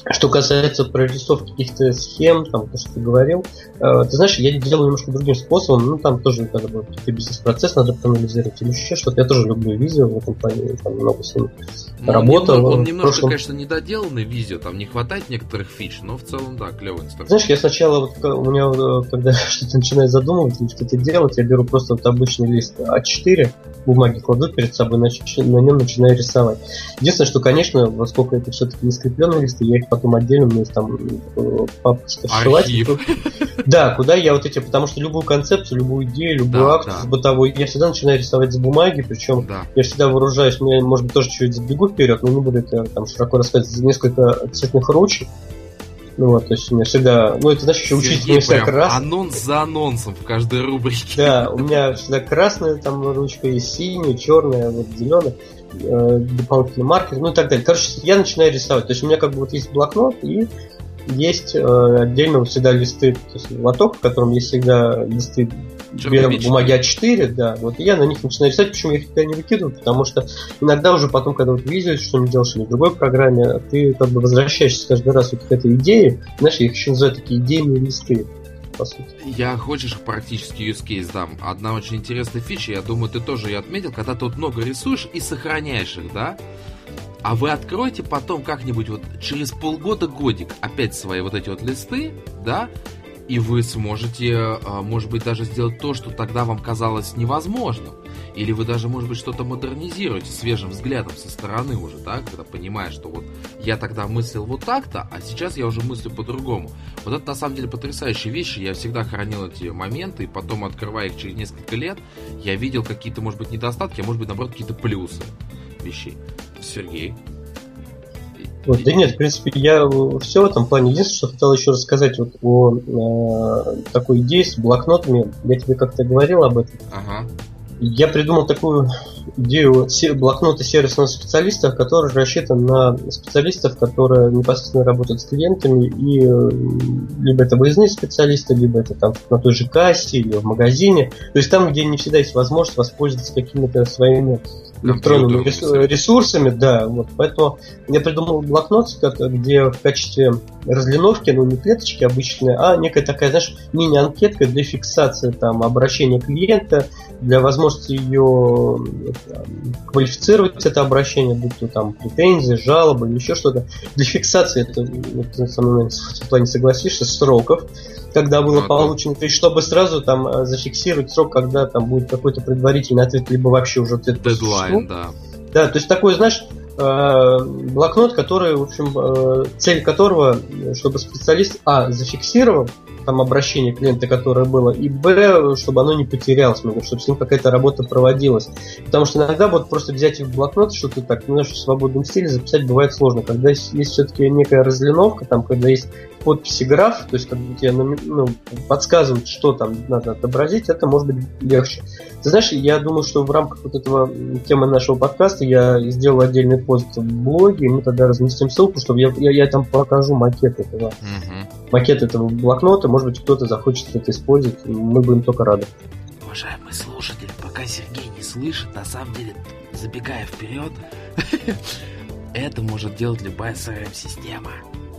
Что касается прорисовки каких-то схем, там, то, что ты говорил, э, ты знаешь, я делаю немножко другим способом, ну, там тоже надо было какие-то бизнес-процесс надо проанализировать или еще что-то. Я тоже люблю видео в этом плане, там много с ним ну, работал. Он, он немножко, прошлом... конечно, недоделанный видео, там не хватает некоторых фич, но в целом, да, клевый инструмент. Знаешь, я сначала, вот, у меня, когда что-то начинаю задумывать или что-то делать, я беру просто вот обычный лист а четыре, бумаги кладу перед собой, на, на нем начинаю рисовать. Единственное, что, конечно, поскольку это все-таки не скрепленные листы, я их потом отдельно, у меня есть там папка сшивать. Да, куда я вот эти, потому что любую концепцию, любую идею, любую да, акцию да. бытовую, я всегда начинаю рисовать с бумаги, причем да. я всегда вооружаюсь, мне, может быть, тоже чуть-чуть забегу вперед, но не буду это там широко рассказывать, за несколько цветных ручек. Ну вот, то есть у меня всегда, ну это значит, что учитель у меня всегда красный. Анонс за анонсом в каждой рубрике. Да, у меня всегда красная там ручка есть, синяя, черная, вот зеленая, э, дополнительный маркер, ну и так далее. Короче, я начинаю рисовать. То есть у меня как бы вот есть блокнот и есть э, отдельно вот всегда листы, то есть лоток, в котором есть всегда листы белой бумаги а четыре, да, вот и я на них начинаю рисовать, почему я их никогда не выкидываю, потому что иногда уже потом, когда вот видишь, что не делаешь или в другой программе, ты как бы возвращаешься каждый раз вот к этой идее, знаешь, я их еще называю такие идейные листы, по сути. Я, хочешь, практически use case дам. Одна очень интересная фича, я думаю, ты тоже ее отметил, когда ты вот много рисуешь и сохраняешь их, да? А вы откроете потом как-нибудь вот через полгода-годик опять свои вот эти вот листы, да, и вы сможете, может быть, даже сделать то, что тогда вам казалось невозможным. Или вы даже, может быть, что-то модернизируете свежим взглядом со стороны уже, да, когда понимаешь, что вот я тогда мыслил вот так-то, а сейчас я уже мыслю по-другому. Вот это на самом деле потрясающие вещи. Я всегда хранил эти моменты, и потом, открывая их через несколько лет, я видел какие-то, может быть, недостатки, а может быть, наоборот, какие-то плюсы вещей. Сергей. Вот, да нет, в принципе, я все в этом плане. Единственное, что хотел еще рассказать вот о э, такой идее с блокнотами. Я тебе как-то говорил об этом. Ага. Я придумал такую идею блокнота сервисного специалиста, который рассчитан на специалистов, которые непосредственно работают с клиентами, и либо это выездные специалисты, либо это там на той же кассе или в магазине. То есть там, где не всегда есть возможность воспользоваться какими-то своими электронными ресурсами, да, вот, поэтому я придумал блокнот, где в качестве разлиновки, ну не клеточки обычные, а некая такая, знаешь, мини-анкетка для фиксации там обращения клиента, для возможности ее квалифицировать это обращение, будь то там претензии, жалобы или еще что-то, для фиксации, это, ты со мной в этом плане согласишься, сроков, когда было ну, получено, то есть чтобы сразу там зафиксировать срок, когда там будет какой-то предварительный ответ, либо вообще уже ответ. Дедлайн, да. Да, то есть такой, знаешь, блокнот, который, в общем, цель которого, чтобы специалист, а, зафиксировал там обращение клиента, которое было, и б, чтобы оно не потерялось, чтобы с ним какая-то работа проводилась. Потому что иногда вот просто взять в блокнот что-то так, немножко в свободном стиле записать бывает сложно. Когда есть, есть все-таки некая разлиновка, там, когда есть подписи граф, то есть когда тебе ну, подсказывают, что там надо отобразить, это может быть легче. Ты знаешь, я думаю, что в рамках вот этого темы нашего подкаста я сделал отдельный пост в блоге, и мы тогда разместим ссылку, чтобы я, я, я там покажу макет этого, uh-huh. макет этого блокнота, может быть, кто-то захочет это использовать, мы будем только рады. Уважаемые слушатели, пока Сергей не слышит, на самом деле, забегая вперед, это может делать любая си ар эм-система.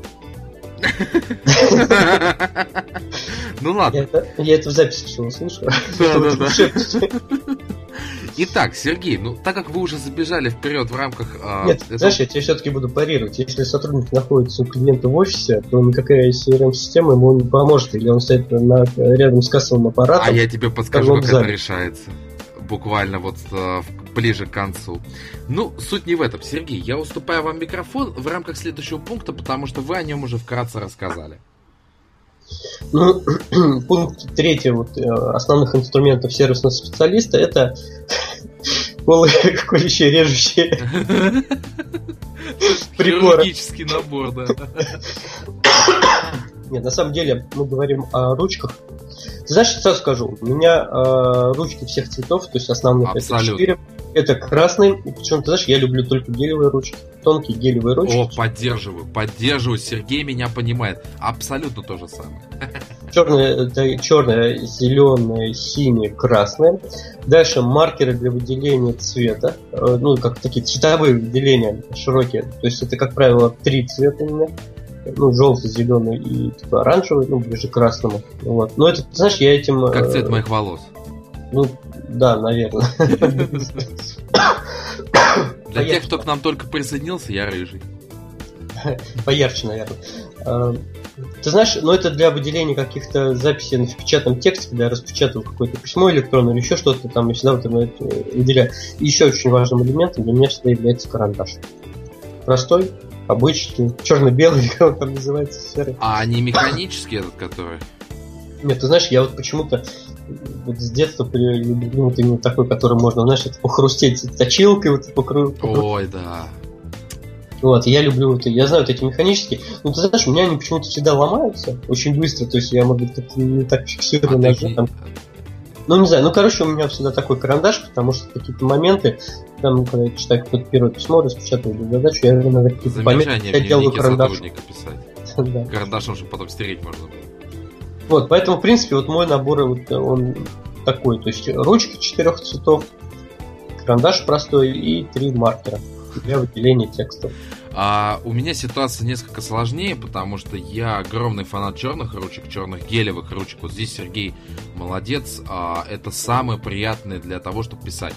Ну ладно. Я, я это в записи все услышу. Да, да, да. Итак, Сергей, ну так как вы уже забежали вперед в рамках... Нет, этого... знаешь, я тебе все-таки буду парировать. Если сотрудник находится у клиента в офисе, то никакая си ар эм-система ему не поможет. Или он стоит на, рядом с кассовым аппаратом. А я тебе подскажу, как это решается. Буквально вот ближе к концу. Ну, суть не в этом. Сергей, я уступаю вам микрофон в рамках следующего пункта, потому что вы о нем уже вкратце рассказали. Ну, пункт третий вот, основных инструментов сервисного специалиста — это колющие, режущие приборы. Хирургический набор, да. Нет, на самом деле мы говорим о ручках. Ты знаешь, сразу скажу, у меня э, ручки всех цветов, то есть основных это четыре. Это красный, причем, ты знаешь, я люблю только гелевые ручки, тонкие гелевые ручки. О, поддерживаю, поддерживаю, Сергей меня понимает. Абсолютно то же самое. Черное, это черное, зеленое, синее, красное. Дальше маркеры для выделения цвета, ну, как такие цветовые выделения широкие. То есть это, как правило, три цвета у меня. ну, желтый, зеленый и типа оранжевый, ну, ближе к красному. Вот. Но это, знаешь, я этим... Как цвет моих волос. Ну, да, наверное. Для тех, кто к нам только присоединился, я рыжий. Поярче, наверное. Ты знаешь, ну это для выделения каких-то записей в печатном тексте, когда я распечатываю какое-то письмо электронное или еще что-то, там я всегда вот это выделяю. И еще очень важным элементом для меня всегда является карандаш. Простой, обычный, черно-белый, как он там называется, серый. А не механический этот, который? Нет, ты знаешь, я вот почему-то вот с детства люблю вот именно такой, который можно, знаешь, это похрустеть точилкой, вот покру... Ой, да. Вот, я люблю это, я знаю вот эти механические, но ты знаешь, у меня они почему-то всегда ломаются очень быстро, то есть я, может быть, не так фиксирую а ножи, ты... там. Ну, не знаю, ну, короче, у меня всегда такой карандаш, потому что какие-то моменты, там, когда я читаю какое-то первое письмо, распечатываю задачу, я на какие-то пометки я делаю карандаш. Да. Карандашом, чтобы потом стереть можно было. Вот, поэтому, в принципе, вот мой набор, вот, он такой, то есть ручки четырех цветов, карандаш простой и три маркера для выделения текстов. А у меня ситуация несколько сложнее, потому что я огромный фанат черных ручек, черных гелевых ручек. Вот здесь Сергей молодец, а, это самое приятное для того, чтобы писать.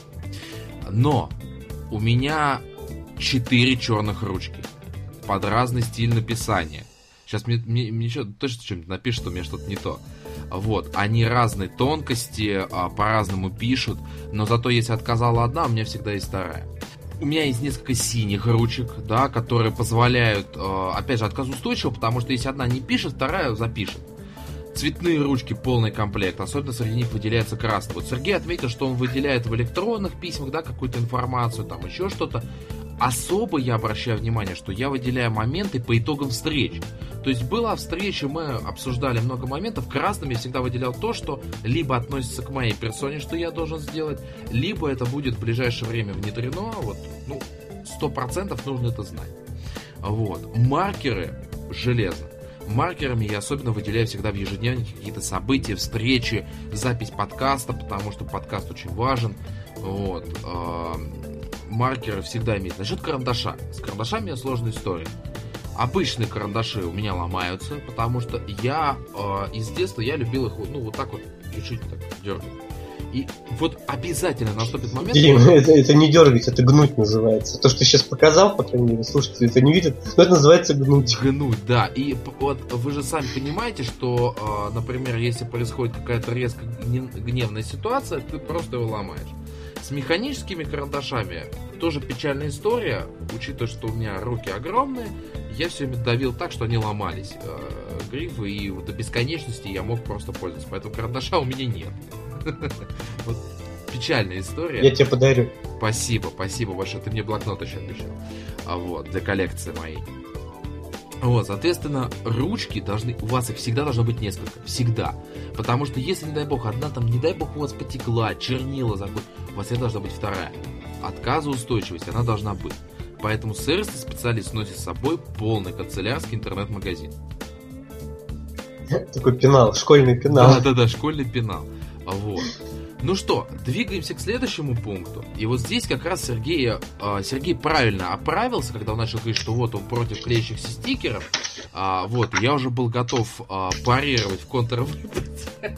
Но у меня четыре черных ручки под разный стиль написания. Сейчас мне, мне, мне еще точно что-нибудь напишет, что у меня что-то не то. Вот, они разной тонкости, а, по-разному пишут, но зато если отказала одна, у меня всегда есть вторая. У меня есть несколько синих ручек, да, которые позволяют, э, опять же, отказоустойчиво, потому что если одна не пишет, вторая запишет. Цветные ручки полный комплект, особенно среди них выделяется красный. Вот Сергей отметил, что он выделяет в электронных письмах, да, какую-то информацию, там еще что-то. Особо я обращаю внимание, что я выделяю моменты по итогам встреч. То есть была встреча, мы обсуждали много моментов. Красным я всегда выделял то, что либо относится к моей персоне, что я должен сделать, либо это будет в ближайшее время внедрено. Вот, ну, сто процентов нужно это знать. Вот. Маркеры железно. Маркерами я особенно выделяю всегда в ежедневнике какие-то события, встречи, запись подкаста, потому что подкаст очень важен. Вот. Маркеры всегда имеют. Насчет карандаша. С карандашами у меня сложная история. Обычные карандаши у меня ломаются, потому что я э, из детства я любил их, ну, вот так вот, чуть-чуть так дергать. И вот обязательно наступит момент... Дим, это, это не дергать, это гнуть называется. То, что ты сейчас показал, по крайней мере, слушатели это не видят, но это называется гнуть. Гнуть, да. И вот вы же сами понимаете, что, э, например, если происходит какая-то резко гневная ситуация, ты просто его ломаешь. С механическими карандашами тоже печальная история, учитывая, что у меня руки огромные, я все время давил так, что они ломались, э, грифы, и до бесконечности я мог просто пользоваться, поэтому карандаша у меня нет. Вот печальная история. Я тебе подарю. Спасибо, спасибо большое, ты мне блокнот еще обещал, а вот, для коллекции моей. Вот, соответственно, ручки должны, у вас их всегда должно быть несколько, всегда. Потому что если, не дай бог, одна там, не дай бог, у вас потекла, чернила закон, у вас всегда должна быть вторая. Отказоустойчивость, она должна быть. Поэтому сервисный специалист носит с собой полный канцелярский интернет-магазин. Такой пенал, школьный пенал. Да-да-да, школьный пенал. Вот. Ну что, двигаемся к следующему пункту. И вот здесь как раз Сергей, э, Сергей правильно оправился, когда он начал говорить, что вот он против клеящихся стикеров. А, вот, я уже был готов а, парировать в контрвыпаде.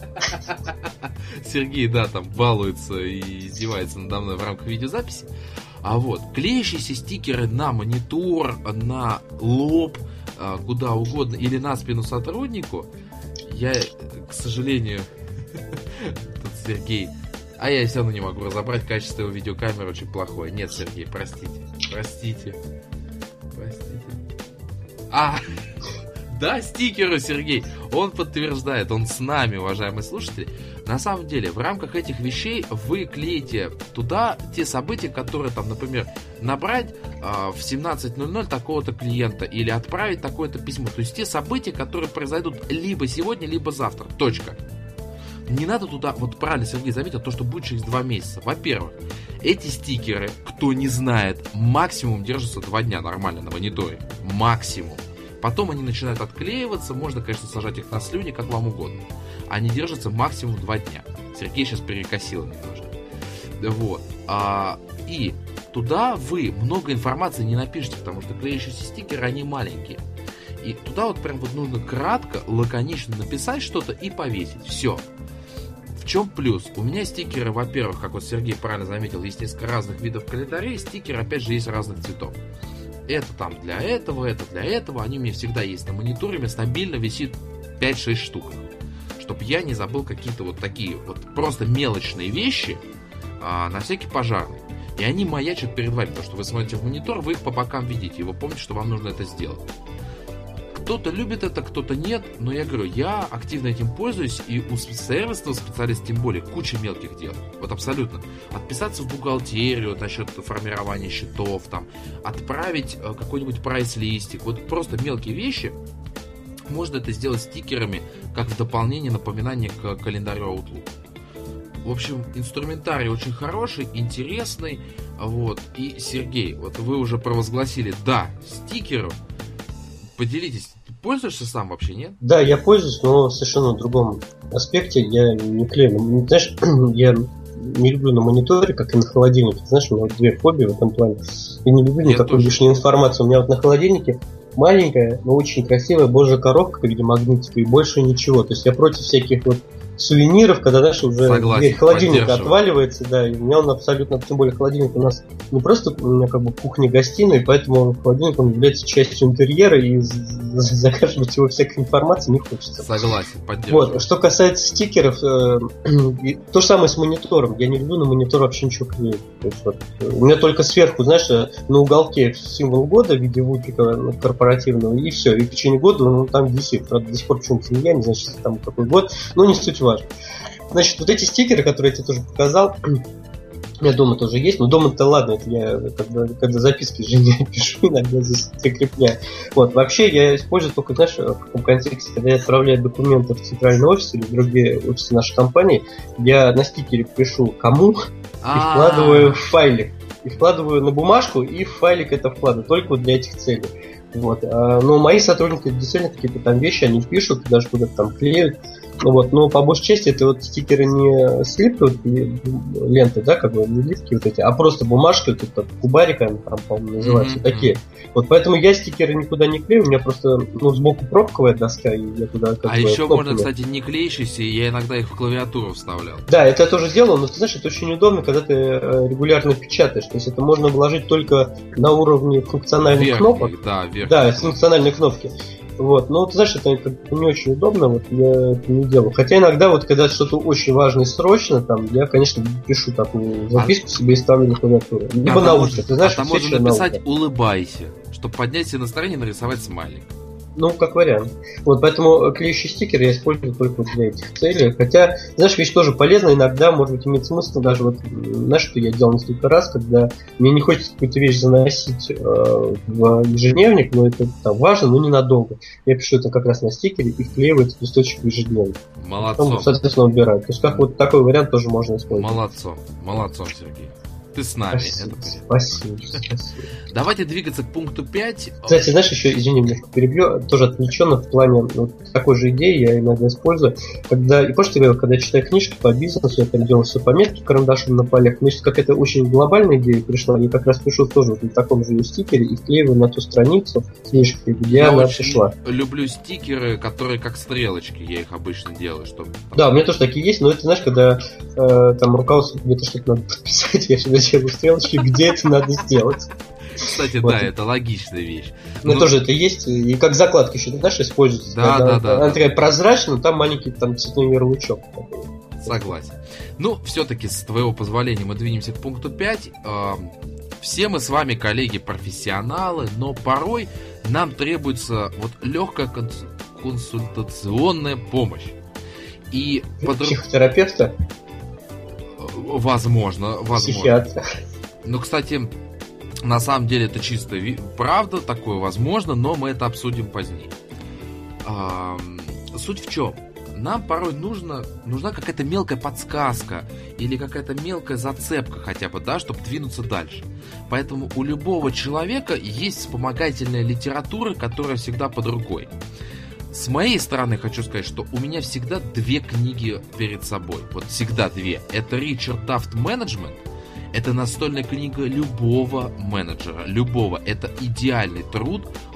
Сергей, да, там балуется и издевается надо мной в рамках видеозаписи. А вот, клеящиеся стикеры на монитор, на лоб, а, куда угодно, или на спину сотруднику, я, к сожалению... Тут Сергей. А я все равно не могу разобрать, качество его видеокамеры очень плохое. Нет, Сергей, простите. Простите. Простите. А, да, стикеры, Сергей. Он подтверждает, он с нами, уважаемые слушатели. На самом деле, в рамках этих вещей вы клеите туда те события, которые там, например, набрать э, в семнадцать ноль ноль такого-то клиента или отправить такое-то письмо. То есть те события, которые произойдут либо сегодня, либо завтра. Точка. Не надо туда, вот правильно Сергей заметил, то, что будет через два месяца. Во-первых, эти стикеры, кто не знает, максимум держатся два дня нормально на мониторе. Максимум. Потом они начинают отклеиваться, можно, конечно, сажать их на слюни, как вам угодно. Они держатся максимум два дня. Сергей сейчас перекосил немножко. Вот. А, и туда вы много информации не напишите, потому что клеящиеся стикеры, они маленькие. И туда вот прям вот нужно кратко, лаконично написать что-то и повесить. Все. В чем плюс? У меня стикеры, во-первых, как вот Сергей правильно заметил, есть несколько разных видов календарей, стикеры, опять же, есть разных цветов. Это там для этого, это для этого, они у меня всегда есть на мониторе, у меня стабильно висит пять-шесть штук. Чтобы я не забыл какие-то вот такие вот просто мелочные вещи а, на всякий пожарный. И они маячат перед вами, потому что вы смотрите в монитор, вы их по бокам видите, и вы помните, что вам нужно это сделать. Кто-то любит это, кто-то нет, но я говорю, я активно этим пользуюсь, и у сервисного специалиста тем более куча мелких дел. Вот абсолютно. Отписаться в бухгалтерию насчет формирования счетов, там, отправить какой-нибудь прайс-листик, вот просто мелкие вещи. Можно это сделать стикерами, как в дополнение, напоминание к календарю Outlook. В общем, инструментарий очень хороший, интересный. Вот. И, Сергей, вот вы уже провозгласили «да» стикеру. Поделитесь, ты пользуешься сам вообще, нет? Да, я пользуюсь, но в совершенно другом аспекте. Я не клею. Знаешь, я не люблю на мониторе, как и на холодильнике. Ты знаешь, у меня вот две фобии в этом плане. Я не люблю никакой лишней информации. У меня вот на холодильнике маленькая, но очень красивая божья коробка в виде магнитика и больше ничего. То есть я против всяких вот сувениров, когда, знаешь, уже Согласен, дверь холодильника отваливается, да, и у меня он абсолютно, тем более холодильник у нас не просто у меня как бы кухня-гостиная, и поэтому холодильник он является частью интерьера, и заказывать его всякой информации не хочется. Согласен, поддерживаю. Вот, что касается стикеров, э, то же самое с монитором. Я не люблю на монитор вообще ничего клеить. То есть, вот, у меня только сверху, знаешь, на уголке символ года в виде вупика корпоративного, и все, и в течение года он там висит. Правда, до сих пор почему-то не я, не знаю, что там какой год, но не суть важно. Значит, вот эти стикеры, которые я тебе тоже показал, у меня дома тоже есть, но дома-то ладно, это я когда, когда записки жене пишу, иногда здесь прикрепляю. Вот, вообще я использую только, знаешь, в каком контексте, когда я отправляю документы в центральный офис или в другие офисы нашей компании, я на стикере пишу кому и вкладываю в файлик. И вкладываю на бумажку, и в файлик это вкладываю, только вот для этих целей. Вот. Но мои сотрудники действительно какие-то там вещи, они пишут, даже куда-то там клеют. Вот, но по большей части это вот стикеры не слипы, ленты, да, как бы не литки вот эти, а просто бумажки, вот это кубариками, там, по-моему, называются, mm-hmm. такие. Вот поэтому я стикеры никуда не клею, у меня просто, ну, сбоку пробковая доска, и я туда как А бы еще кнопками. можно, кстати, не клеящиеся, я иногда их в клавиатуру вставлял. Да, это я тоже делал, но ты знаешь, это очень удобно, когда ты регулярно печатаешь, то есть это можно вложить только на уровне функциональных верхний, кнопок. Да, верхний. Да, это функциональные кнопки. Вот, но ты знаешь, это, это не очень удобно, вот я это не делаю. Хотя иногда, вот когда что-то очень важное и срочно, там, я, конечно, пишу такую записку а... себе и ставлю на клавиатуру. Либо а на ушко. Ты знаешь, а там можно написать «улыбайся», чтобы поднять себе настроение и нарисовать смайлик. Ну, как вариант. Вот, поэтому клеящий стикер я использую только для этих целей. Хотя, знаешь, вещь тоже полезная. Иногда, может быть, имеет смысл даже вот, знаешь, что я делал несколько раз, когда мне не хочется какую-то вещь заносить э, в ежедневник, но это там важно, но ненадолго. Я пишу это как раз на стикере и вклеиваю этот листочек в ежедневник. Молодцом. Потом, соответственно, убираю. То есть, как вот такой вариант тоже можно использовать. Молодцом. Молодцом, Сергей. Ты с нами. Спасибо, это спасибо, спасибо. Давайте двигаться к пункту пять. Кстати, знаешь, еще, извини, немножко перебью, тоже отвлеченно в плане вот такой же идеи я иногда использую. Когда, и помнишь, я когда читаю книжки по бизнесу, я там делал все пометки карандашом на полях, но если какая-то очень глобальная идея пришла, я как раз пишу тоже вот на таком же стикере и вклеиваю на ту страницу книжки, где я она очень пришла. Люблю стикеры, которые как стрелочки, я их обычно делаю, чтобы... Да, у меня тоже такие есть, но это, знаешь, когда э, там руководство где-то что-то надо подписать, я всегда делаю стрелочки, где это надо сделать. Кстати, вот. Да, это логичная вещь. Ну, ну, тоже это есть, и как закладка еще, знаешь, используется. Да, да, да. Она да, такая да. прозрачная, но там маленький там цветной ярлычок. Согласен. Ну, все-таки, с твоего позволения, мы двинемся к пункту пять. Все мы с вами, коллеги, профессионалы, но порой нам требуется вот легкая консультационная помощь. И психотерапевта? Возможно, возможно. Психиатра. Ну, кстати, на самом деле это чисто правда, такое возможно, но мы это обсудим позднее. А, суть в чем? Нам порой нужно, нужна какая-то мелкая подсказка или какая-то мелкая зацепка хотя бы, да, чтобы двинуться дальше. Поэтому у любого человека есть вспомогательная литература, которая всегда под рукой. С моей стороны хочу сказать, что у меня всегда две книги перед собой. Вот всегда две. Это Ричард Дафт «Менеджмент». Это настольная книга любого менеджера. Любого. Это идеальный труд.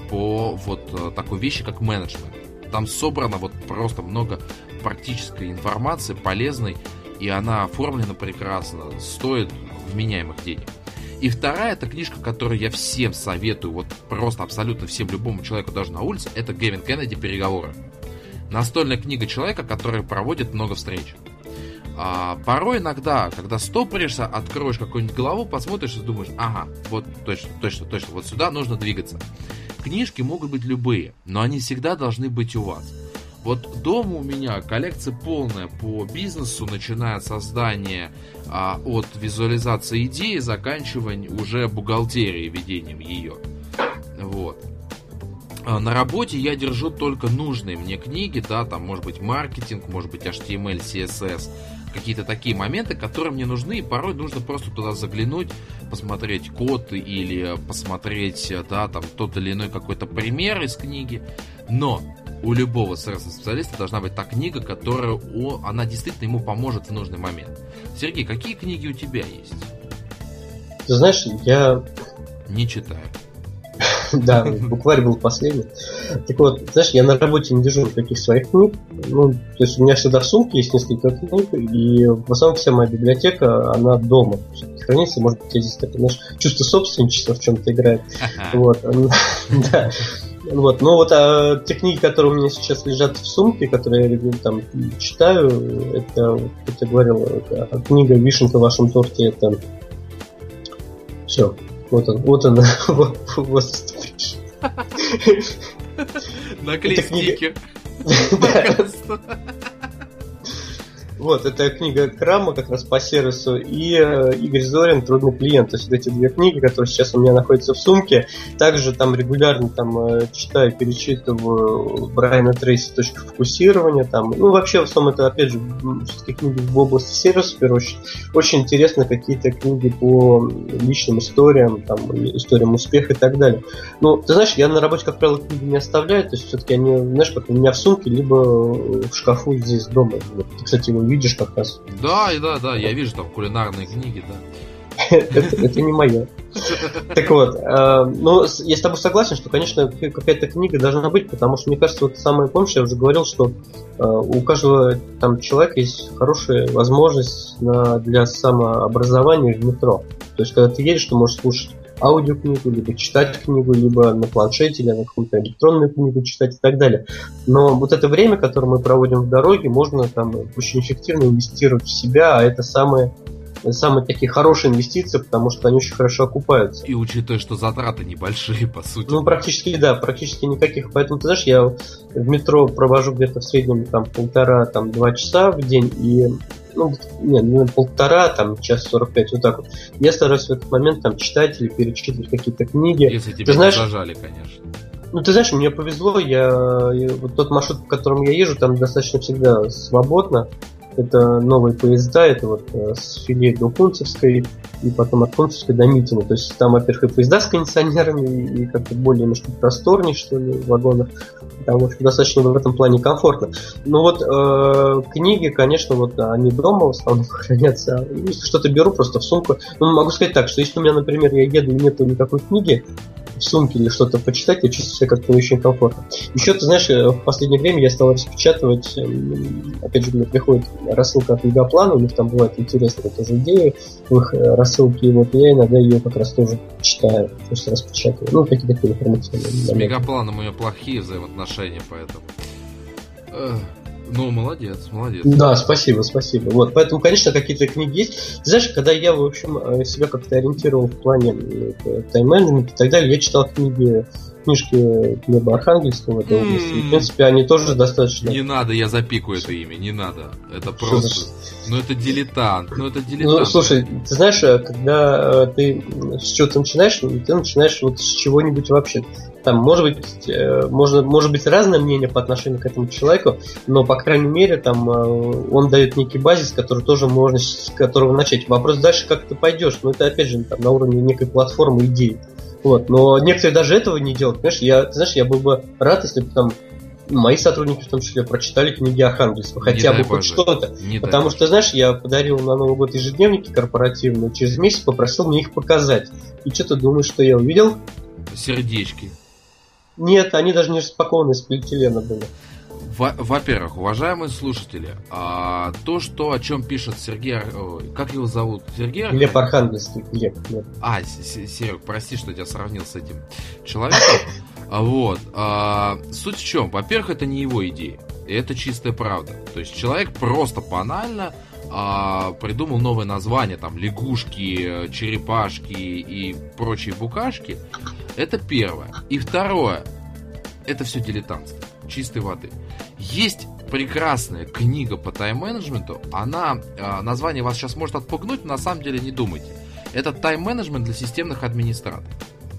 по вот такой вещи, как менеджмент. Там собрано вот просто много практической информации, полезной, и она оформлена прекрасно, стоит вменяемых денег. И вторая, это книжка, которую я всем советую, вот просто абсолютно всем, любому человеку, даже на улице, это Кевин Кеннеди «Переговоры». Настольная книга человека, который проводит много встреч. А порой иногда, когда стопоришься, откроешь какую-нибудь главу, посмотришь и думаешь, ага, вот точно, точно, точно, вот сюда нужно двигаться. Книжки могут быть любые, но они всегда должны быть у вас. Вот дома у меня коллекция полная по бизнесу, начиная от создания, а, от визуализации идеи, заканчивая уже бухгалтерией, ведением ее. Вот. А на работе я держу только нужные мне книги, да, там может быть маркетинг, может быть эйч ти эм эль, си эс эс, какие-то такие моменты, которые мне нужны, и порой нужно просто туда заглянуть, посмотреть код или посмотреть, да, там тот или иной какой-то пример из книги, но у любого сервис-специалиста должна быть та книга, которая, о, она действительно ему поможет в нужный момент. Сергей, какие книги у тебя есть? Ты знаешь, я... Не читаю. Да, букварь был последний. Так вот, знаешь, я на работе не держу никаких своих книг. Ну, то есть у меня всегда в сумке есть несколько книг, и в основном вся моя библиотека, она дома хранится. Может быть, я здесь такое, знаешь, чувство собственничества в чем-то играет. Вот, да. Вот, ну вот а, те книги, которые у меня сейчас лежат в сумке, которые я регулярно там читаю, это, как я говорил, это книга «Вишенка в вашем торте», это все, вот он, вот он, вот, вот ступишь. Наклей стикер. Вот, это книга Крама как раз по сервису, и э, Игорь Зорин «Трудный клиент». То есть вот эти две книги, которые сейчас у меня находятся в сумке. Также там регулярно там, э, читаю, перечитываю Брайана Трейси «Точка фокусирования». Там. Ну, вообще, в основном, это, опять же, все-таки книги в области сервиса, в первую очередь. Очень интересно какие-то книги по личным историям, там, историям успеха и так далее. Ну, ты знаешь, я на работе, как правило, книги не оставляю. То есть все-таки они, знаешь, как у меня в сумке, либо в шкафу здесь дома. Вот, кстати, его видишь как раз. Да, да, да, я вижу там кулинарные книги, да. это, это не мое. Так вот, э, ну, я с тобой согласен, что, конечно, какая-то книга должна быть, потому что, мне кажется, вот самое, помнишь, я уже говорил, что э, у каждого там человека есть хорошая возможность на, для самообразования в метро. То есть, когда ты едешь, ты можешь слушать аудиокнигу, либо читать книгу, либо на планшете, или на какую-то электронную книгу читать и так далее. Но вот это время, которое мы проводим в дороге, можно там очень эффективно инвестировать в себя, а это самые, самые такие хорошие инвестиции, потому что они очень хорошо окупаются. И учитывая, что затраты небольшие, по сути. Ну, практически, да, практически никаких. Поэтому, ты знаешь, я в метро провожу где-то в среднем там полтора-два часа в день, и ну, нет, ну, полтора, там, час сорок пять, вот так вот. Я стараюсь в этот момент там читать или перечитывать какие-то книги. Если тебя не зажали, конечно. Ну, ты знаешь, мне повезло, я, я вот тот маршрут, по которому я езжу, там достаточно всегда свободно. Это новые поезда, это вот с филе до Кунцевской, и потом от Кунцевской до Митина. То есть там, во-первых, и поезда с кондиционерами, и, и как-то более немножко просторнее, что ли, в вагонах. Там, в общем, достаточно в этом плане комфортно. Ну вот э, книги, конечно, вот они дома в основном хранятся. Если что-то беру просто в сумку. Ну, могу сказать так, что если у меня, например, я еду и нету никакой книги в сумке или что-то почитать, я чувствую себя как-то очень комфортно. Еще, ты знаешь, в последнее время я стал распечатывать, опять же, мне приходит рассылка от Мегаплана, у них там бывают интересные тоже идеи в их рассылке, и вот я иногда ее как раз тоже читаю, то есть распечатываю. Ну, какие-то такие информационные. С Мегапланом у меня плохие взаимоотношения, поэтому... Ну, молодец, молодец. Да, спасибо, спасибо. Вот, поэтому, конечно, какие-то книги есть. Ты знаешь, когда я, в общем, себя как-то ориентировал в плане тайм-менеджмента и так далее, я читал книги, книжки Глеба Архангельского в этой области. И, в принципе, они тоже достаточно... Не надо, я запику это имя, не надо. Это просто... Ну, это дилетант, ну, это дилетант. Ну, слушай, ты знаешь, когда ты с чего-то начинаешь, ты начинаешь вот с чего-нибудь вообще. Там, может быть, можно, может быть разное мнение по отношению к этому человеку, но, по крайней мере, там, он дает некий базис, который тоже можно с которого начать. Вопрос дальше, как ты пойдешь. Но это, опять же, там, на уровне некой платформы идей. Вот. Но некоторые даже этого не делают. Понимаешь, я, ты знаешь, я был бы рад, если бы там мои сотрудники, в том числе, прочитали книги Архангельского. Хотя бы хоть что-то. Не Потому что, знаешь, я подарил на Новый год ежедневники корпоративные, через месяц попросил мне их показать. И что ты думаешь, что я увидел? Сердечки. Нет, они даже не распакованы из полиэтилена были. Во-первых, уважаемые слушатели, а, то, что о чем пишет Сергей, как его зовут? Сергей? Глеб Архангельский. Глеб, Глеб. А, Серег, прости, что я тебя сравнил с этим человеком. Вот. А, суть в чем? Во-первых, это не его идея. И это чистая правда. То есть человек просто банально а, придумал новое название, там, лягушки, черепашки и прочие букашки. Это первое. И второе, это все дилетантство. Чистой воды. Есть прекрасная книга по тайм-менеджменту. Она, название вас сейчас может отпугнуть, но на самом деле не думайте. Это тайм-менеджмент для системных администраторов.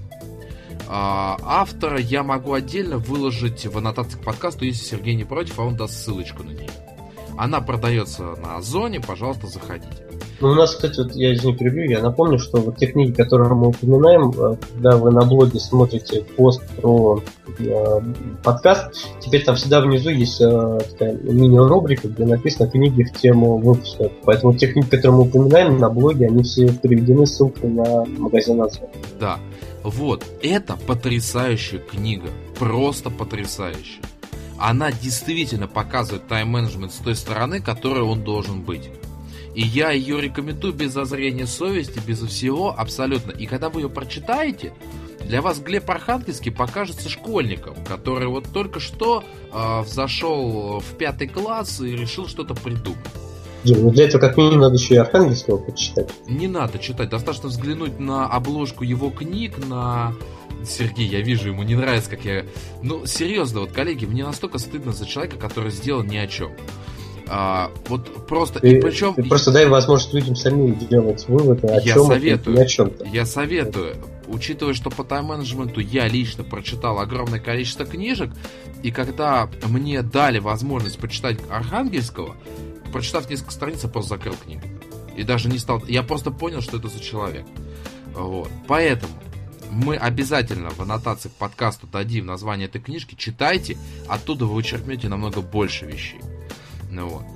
Автора я могу отдельно выложить в аннотации к подкасту, если Сергей не против, а он даст ссылочку на нее. Она продается на Озоне, пожалуйста, заходите. Ну, у нас, кстати, вот я не перебью, я напомню, что вот те книги, которые мы упоминаем, когда вы на блоге смотрите пост про э, подкаст, теперь там всегда внизу есть э, такая мини-рубрика, где написано книги в тему выпуска. Поэтому те книги, которые мы упоминаем на блоге, они все переведены ссылкой на магазин Озон. Да, вот, это потрясающая книга, просто потрясающая. Она действительно показывает тайм-менеджмент с той стороны, которой он должен быть. И я ее рекомендую без зазрения совести, без всего, абсолютно. И когда вы ее прочитаете, для вас Глеб Архангельский покажется школьником, который вот только что э, взошел в пятый класс и решил что-то придумать. Дим, ну для этого как минимум надо еще и Архангельского почитать. Не надо читать, достаточно взглянуть на обложку его книг, на... Сергей, я вижу, ему не нравится, как я... Ну, серьезно, вот, коллеги, мне настолько стыдно за человека, который сделал ни о чем. А, вот просто... Ты, и причем... ты просто дай возможность людям самим делать выводы, о я чем советую, это и о чем-то. Я советую, учитывая, что по тайм-менеджменту я лично прочитал огромное количество книжек, и когда мне дали возможность почитать Архангельского, прочитав несколько страниц, я просто закрыл книгу. И даже не стал... Я просто понял, что это за человек. Вот. Поэтому мы обязательно в аннотации к подкасту дадим название этой книжки. Читайте, оттуда вы вычеркнете намного больше вещей. Ну вот.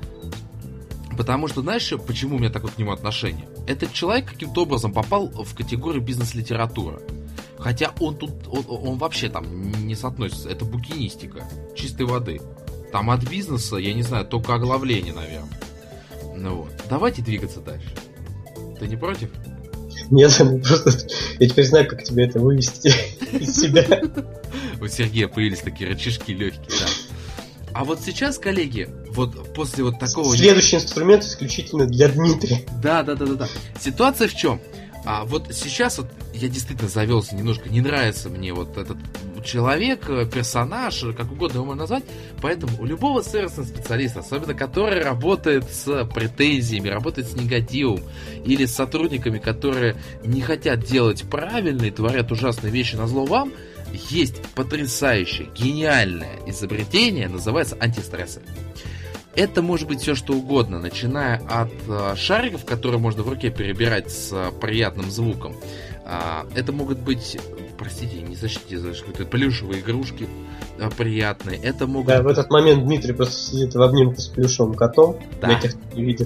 Потому что, знаешь, почему у меня такое к нему отношение? Этот человек каким-то образом попал в категорию бизнес-литература. Хотя он тут, он, он вообще там не соотносится. Это букинистика чистой воды. Там от бизнеса, я не знаю, только оглавление, наверное. Ну вот. Давайте двигаться дальше. Ты не против? Нет, просто я теперь знаю, как тебе это вывести из себя. У Сергея появились такие рычажки легкие, да. А вот сейчас, коллеги, вот после вот такого... Следующий инструмент исключительно для Дмитрия. Да, да, да, да, да. Ситуация в чем? А вот сейчас вот я действительно завелся немножко, не нравится мне вот этот человек, персонаж, как угодно его можно назвать. Поэтому у любого сервисного специалиста, особенно который работает с претензиями, работает с негативом, или с сотрудниками, которые не хотят делать правильно и творят ужасные вещи назло вам, есть потрясающее, гениальное изобретение, называется антистрессор. Это может быть все что угодно, начиная от э, шариков, которые можно в руке перебирать с э, приятным звуком. Э, это могут быть, простите, не сочтите за что-то, плюшевые игрушки э, приятные. Это могут... Да, в этот момент Дмитрий просто сидит в обнимку с плюшевым котом, да. Для тех, кто не видит.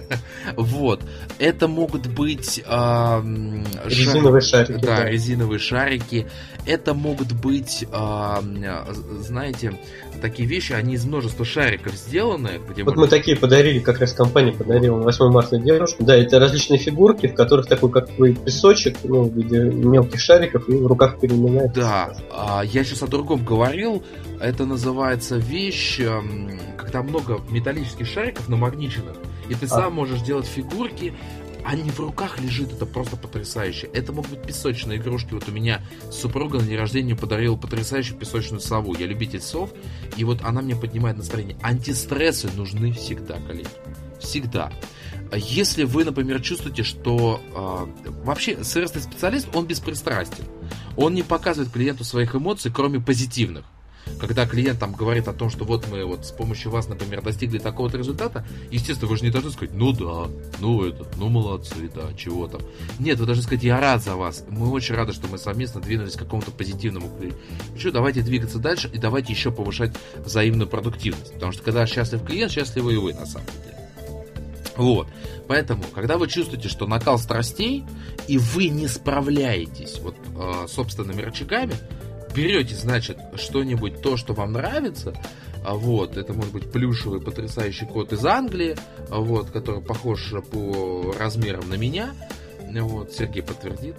Вот. Это могут быть э, резиновые шар... шарики. Да, да, резиновые шарики. Это могут быть, э, знаете, такие вещи, они из множества шариков сделаны. Где вот можно... мы такие подарили, как раз компания подарила на восьмое марта девушку. Да, это различные фигурки, в которых такой, как вы, песочек, ну, в виде мелких шариков, и в руках переминается. Да, а, я сейчас о другом говорил. Это называется вещь, когда много металлических шариков намагниченных, и ты а. сам можешь делать фигурки. Они в руках лежит, это просто потрясающе. Это могут быть песочные игрушки. Вот у меня супруга на день рождения подарила потрясающую песочную сову. Я любитель сов, и вот она мне поднимает настроение. Антистрессы нужны всегда, коллеги. Всегда. Если вы, например, чувствуете, что э, вообще сервисный специалист, он беспристрастен. Он не показывает клиенту своих эмоций, кроме позитивных. Когда клиент там говорит о том, что вот мы вот с помощью вас, например, достигли такого-то результата, естественно, вы же не должны сказать, ну да, ну это, ну молодцы, да, чего там. Нет, вы должны сказать, я рад за вас. Мы очень рады, что мы совместно двинулись к какому-то позитивному ключу. Давайте двигаться дальше и давайте еще повышать взаимную продуктивность. Потому что когда счастлив клиент, счастливы и вы на самом деле. Вот. Поэтому, когда вы чувствуете, что накал страстей, и вы не справляетесь вот, э, собственными рычагами, берете, значит, что-нибудь, то, что вам нравится. Вот, это может быть плюшевый потрясающий кот из Англии, вот, который похож по размерам на меня. Вот, Сергей подтвердит.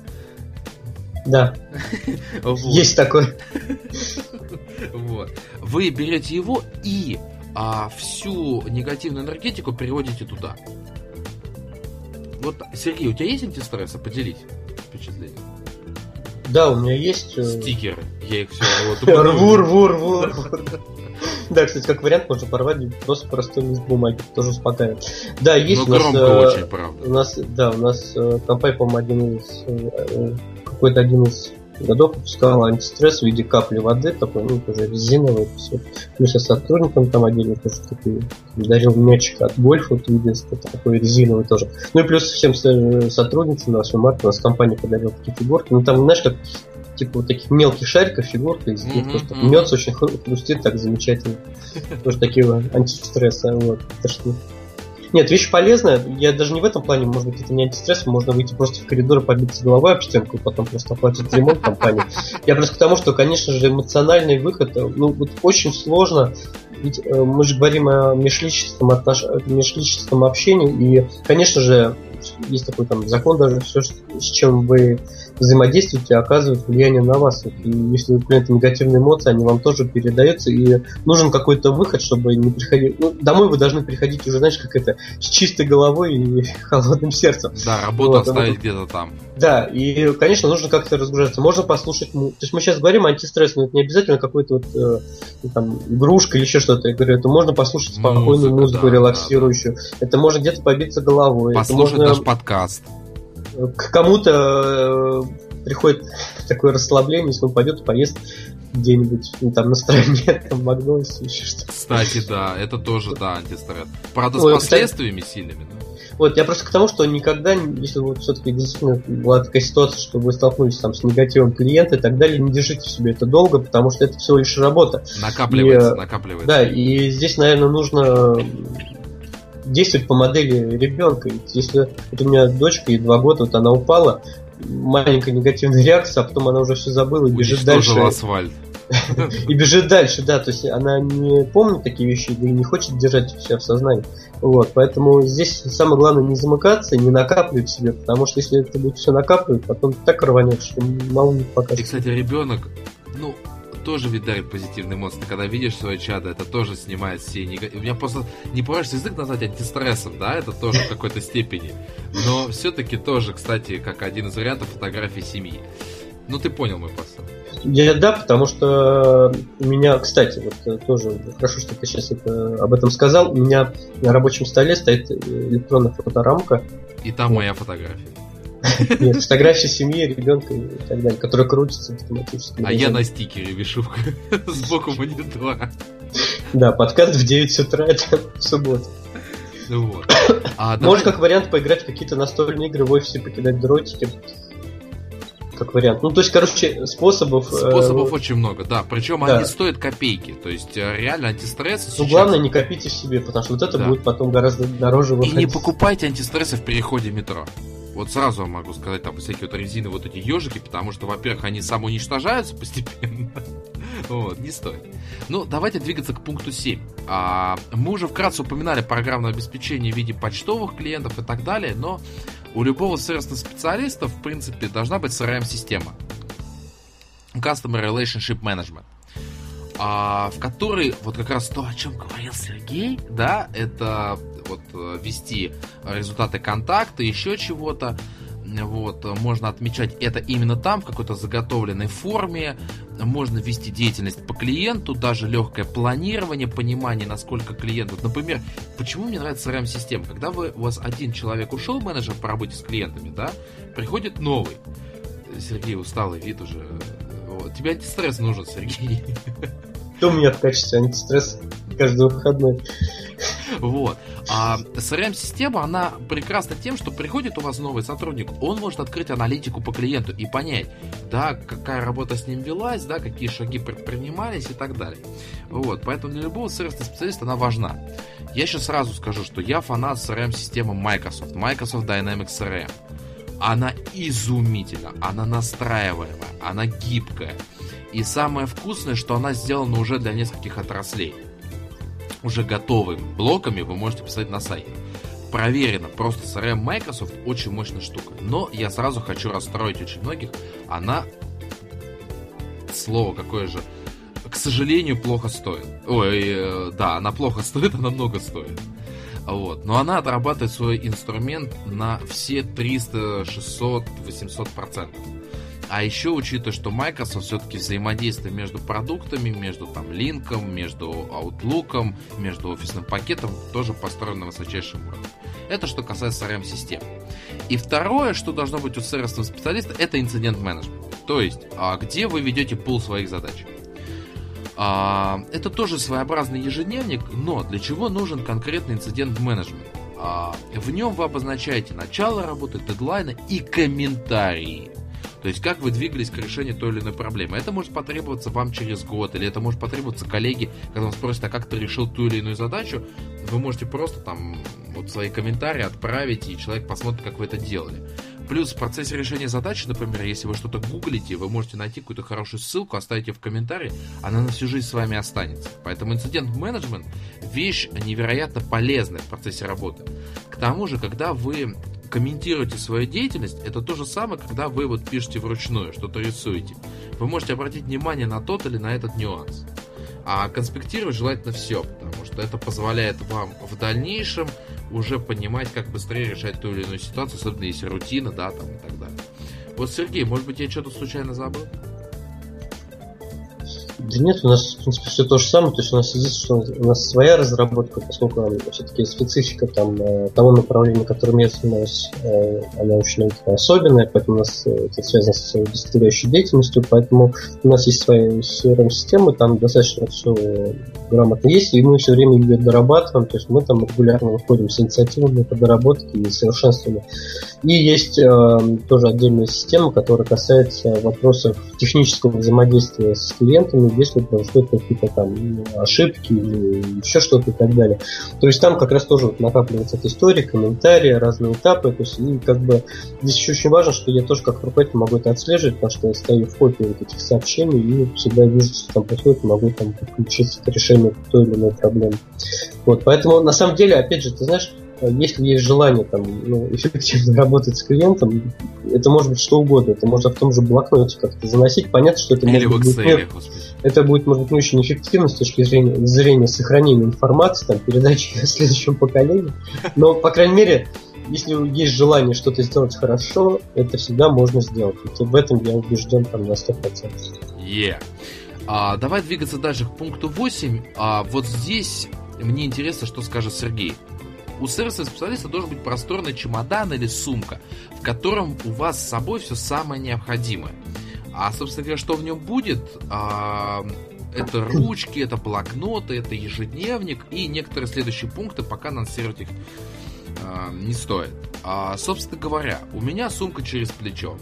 Да. Вот. Есть такой. Вот. Вы берете его и а, всю негативную энергетику переводите туда. Вот, Сергей, у тебя есть антистрессы? Поделись впечатлением. Да, у меня есть. Стикеры. Я их все вот. Рву, рву, рву, рву. Да, кстати, как вариант можно порвать просто простой лист бумаги, тоже успокаивает. Да, есть. Но у нас, громко очень, правда. У нас, да, у нас компания, по-моему, один из какой-то один из годов выпускала антистресс в виде капли воды, такой, ну, тоже резиновый, все. Мы сейчас сотрудникам там отдельно тоже такой, дарил мячик от гольфа, вот, видишь, такой резиновый тоже. Ну и плюс всем сотрудницам нашей марки, у нас компания подарила такие фигурки. Ну там, знаешь, как типа вот таких мелких шариков фигурка, из них mm-hmm, просто mm-hmm. мнется, очень хрустит, так замечательно. Тоже такие антистрессы, вот. Это что... Нет, вещь полезная. Я даже не в этом плане, может быть, это не антистресс, можно выйти просто в коридор и побиться головой об стенку, и потом просто оплатить ремонт компании. Я просто к тому, что, конечно же, эмоциональный выход, ну, вот очень сложно. Ведь э, мы же говорим о межличностном, отнош... межличностном общении, и, конечно же, есть такой там закон даже, все, с чем вы взаимодействуете, оказывает влияние на вас. И если у клиента негативные эмоции, они вам тоже передаются, и нужен какой-то выход, чтобы не приходить. Ну, домой вы должны приходить уже, знаешь, как это, с чистой головой и холодным сердцем. Да, работу вот, оставить вот. Где-то там. Да, и, конечно, нужно как-то разгружаться. Можно послушать. То есть мы сейчас говорим антистресс, но это не обязательно какой-то вот э, там, игрушка или еще что-то. Я говорю, это можно послушать спокойную музыку, музыку да, релаксирующую. Да, да. Это можно где-то побиться головой. Послушать можно... наш подкаст. К кому-то э, приходит такое расслабление, если он пойдет поест где-нибудь, ну, там, на стороне, там, в Макдональдсе, еще что-то. Кстати, да, это тоже, да, антистресс. Правда, Ой, с последствиями кстати, сильными, да? Вот, я просто к тому, что никогда, если вот все-таки действительно была такая ситуация, что вы столкнулись там с негативом клиента и так далее, не держите в себе это долго, потому что это всего лишь работа. Накапливается, и, накапливается. Да, и здесь, наверное, нужно действовать по модели ребенка. Если вот у меня дочка, ей два года, вот она упала, маленькая негативная реакция, а потом она уже все забыла и бежит дальше. Асфальт. И бежит дальше, да, то есть она не помнит такие вещи, да и не хочет держать себя в сознании. Вот, поэтому здесь самое главное не замыкаться, не накапливать себе, потому что если это будет все накапливать, потом так рванет, что мало не покажет. И, кстати, ребенок, ну, тоже ведь дарит позитивные эмоции. Ты когда видишь свое чадо, это тоже снимает все негативные. У меня просто не поворачивается язык назвать антистрессом, да, это тоже в какой-то степени. Но все-таки тоже, кстати, как один из вариантов фотографии семьи. Ну, ты понял мой посыл. Я, да, потому что у меня, кстати, вот тоже хорошо, что ты сейчас это, об этом сказал. У меня на рабочем столе стоит электронная фоторамка. И там вот. Моя фотография. Нет, фотография семьи, ребенка и так далее, которая крутится автоматически. А я на стикере вишу сбоку монитора. Да, подкаст в девять утра, это в субботу. Вот. А, Можно давай... как вариант поиграть в какие-то настольные игры в офисе, покидать дротики. Как вариант. Ну, то есть, короче, способов... Способов э... очень много, да. Причем да. Они стоят копейки. То есть, реально антистресс... Ну, сейчас... главное, не копите в себе, потому что вот это да. будет потом гораздо дороже выходить. И не покупайте антистрессы в переходе метро. Вот сразу я могу сказать, там, всякие вот резины, вот эти ежики, потому что, во-первых, они самоуничтожаются постепенно. Вот, не стоит. Ну, давайте двигаться к пункту семь. А, мы уже вкратце упоминали программное обеспечение в виде почтовых клиентов и так далее, но у любого сервисного специалиста, в принципе, должна быть си ар эм-система. Customer Relationship Management. А, в которой, вот как раз то, о чем говорил Сергей, да, это вот вести результаты контакта, еще чего-то. Вот, можно отмечать это именно там, в какой-то заготовленной форме. Можно вести деятельность по клиенту, даже легкое планирование, понимание, насколько клиент... Вот, например, почему мне нравится си ар эм-система? Когда вы, у вас один человек ушел, менеджер по работе с клиентами, да, приходит новый. Сергей, усталый вид уже. Вот. Тебе антистресс нужен, Сергей. Что у меня в качестве антистресса каждый выходной? Вот. А си ар эм-система, она прекрасна тем, что приходит у вас новый сотрудник, он может открыть аналитику по клиенту и понять, да, какая работа с ним велась, да, какие шаги предпринимались и так далее. Вот. Поэтому для любого сервисного специалиста она важна. Я сейчас сразу скажу, что я фанат си ар эм-системы Microsoft, Microsoft Dynamics си ар эм. Она изумительна, она настраиваемая, она гибкая. И самое вкусное, что она сделана уже для нескольких отраслей. Уже готовыми блоками вы можете писать на сайте. Проверено, просто си ар эм Microsoft очень мощная штука. Но я сразу хочу расстроить очень многих. Она, слово какое же, к сожалению, плохо стоит. Ой, э, да, она плохо стоит, она много стоит. Вот. Но она отрабатывает свой инструмент на все триста, шестьсот, восемьсот процентов. А еще учитывая, что Microsoft все-таки взаимодействие между продуктами, между там линком, между Outlook, между офисным пакетом тоже построено на высочайшем уровне. Это что касается си ар эм-систем. И второе, что должно быть у сервисного специалиста, это инцидент-менеджмент. То есть, где вы ведете пул своих задач. Это тоже своеобразный ежедневник, но для чего нужен конкретный инцидент-менеджмент? В нем вы обозначаете начало работы, дедлайны и комментарии. То есть, как вы двигались к решению той или иной проблемы. Это может потребоваться вам через год, или это может потребоваться коллеге, когда вас спросят, а как ты решил ту или иную задачу, вы можете просто там вот свои комментарии отправить, и человек посмотрит, как вы это делали. Плюс в процессе решения задачи, например, если вы что-то гуглите, вы можете найти какую-то хорошую ссылку, оставить ее в комментарии, она на всю жизнь с вами останется. Поэтому инцидент-менеджмент – вещь невероятно полезная в процессе работы. К тому же, когда вы комментируете свою деятельность, это то же самое, когда вы вот пишете вручную, что-то рисуете. Вы можете обратить внимание на тот или на этот нюанс. А конспектировать желательно все, потому что это позволяет вам в дальнейшем уже понимать, как быстрее решать ту или иную ситуацию, особенно если рутина, да, там и так далее. Вот, Сергей, может быть, я что-то случайно забыл? Да нет, у нас, в принципе, все то же самое. То есть у нас единственное, что у нас своя разработка, поскольку все-таки специфика там, того направления, которым я занимаюсь, она очень особенная, поэтому у нас это связано с дисциплинирующей деятельностью, поэтому у нас есть свои си ар эм-системы, там достаточно все грамотно есть, и мы все время ее дорабатываем, то есть мы там регулярно выходим с инициативами по доработке и совершенствованию. И есть э, тоже отдельная система, которая касается вопросов технического взаимодействия с клиентами, если происходят какие-то там ошибки или еще что-то и так далее. То есть там как раз тоже вот накапливается эта история, комментарии, разные этапы. То есть, и как бы здесь еще очень важно, что я тоже как руководитель могу это отслеживать, потому что я стою в копии вот этих сообщений и всегда вижу, что там происходит, могу там подключиться к решению той или иной проблемы. Вот, поэтому на самом деле, опять же, ты знаешь, если есть желание там, ну, эффективно работать с клиентом, это может быть что угодно. Это можно в том же блокноте как-то заносить. Понятно, что это Или может быть, нет, это будет, может быть, не очень эффективно с точки зрения, зрения сохранения информации, там, передачи следующему поколению. Но, по крайней мере, если есть желание что-то сделать хорошо, это всегда можно сделать. И в этом я убежден там, на сто процентов. Yeah. А, давай двигаться дальше к пункту восемь. А, вот здесь мне интересно, что скажет Сергей. У сервисного специалиста должен быть просторный чемодан или сумка, в котором у вас с собой все самое необходимое. А, собственно говоря, что в нем будет? А, это ручки, это блокноты, это ежедневник и некоторые следующие пункты, пока анонсировать их а, не стоит. А, собственно говоря, у меня сумка через плечо.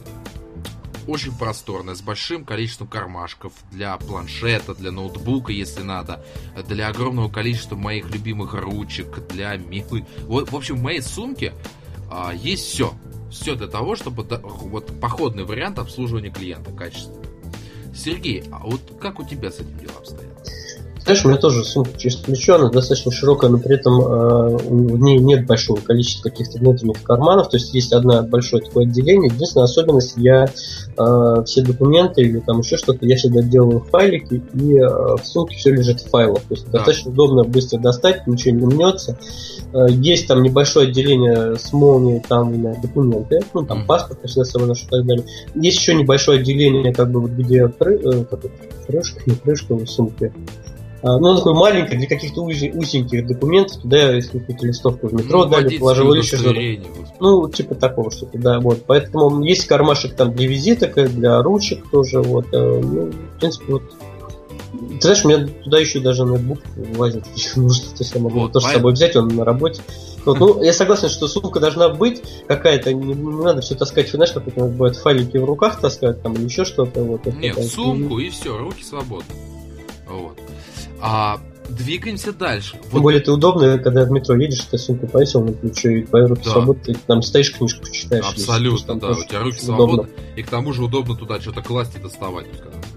Очень просторная, с большим количеством кармашков для планшета, для ноутбука, если надо, для огромного количества моих любимых ручек, для милы. Вот, в общем, в моей сумке а, есть все. Все для того, чтобы да, вот походный вариант обслуживания клиента качественный. Сергей, а вот как у тебя с этим делом обстоят? Знаешь, у меня тоже сумка через плечо, она достаточно широкая, но при этом э, в ней нет большого количества каких-то внутренних карманов, то есть есть одно большое такое отделение. Единственная особенность, я э, все документы или там еще что-то, я всегда делаю файлики, и э, в сумке все лежит в файлах, то есть да. Достаточно удобно быстро достать, ничего не мнется. Э, есть там небольшое отделение с молнией там на документы, ну там mm-hmm. паспорт, всегда с собой ношу и так далее. Есть еще небольшое отделение, как бы вот где кры, э, как это, крышка, не крышка в сумке. Ну, такой маленький, для каких-то узеньких документов, туда, если какую-то листовку в метро ну, дали, положил еще что-то. Ну, типа такого что-то, да, вот. Поэтому есть кармашек там для визиток, для ручек тоже, вот. Ну, в принципе, вот. Ты знаешь, у меня туда еще даже ноутбук влазит, потому что я могу вот, тоже с собой взять, он на работе. Вот, ну, я согласен, что сумка должна быть какая-то, не, не надо все таскать, знаешь, как это бывает, файлики в руках таскать, там, или еще что-то. Вот, Нет, это, сумку и... и все, руки свободны. Вот. А, двигаемся дальше. Тем вот. Более это удобно, когда в метро едешь, ты сумку повесил на плечо, и твои руки да. свободны, ты там стоишь, книжку читаешь. Абсолютно, да, у тебя руки удобно. Свободны, и к тому же удобно туда что-то класть и доставать. Когда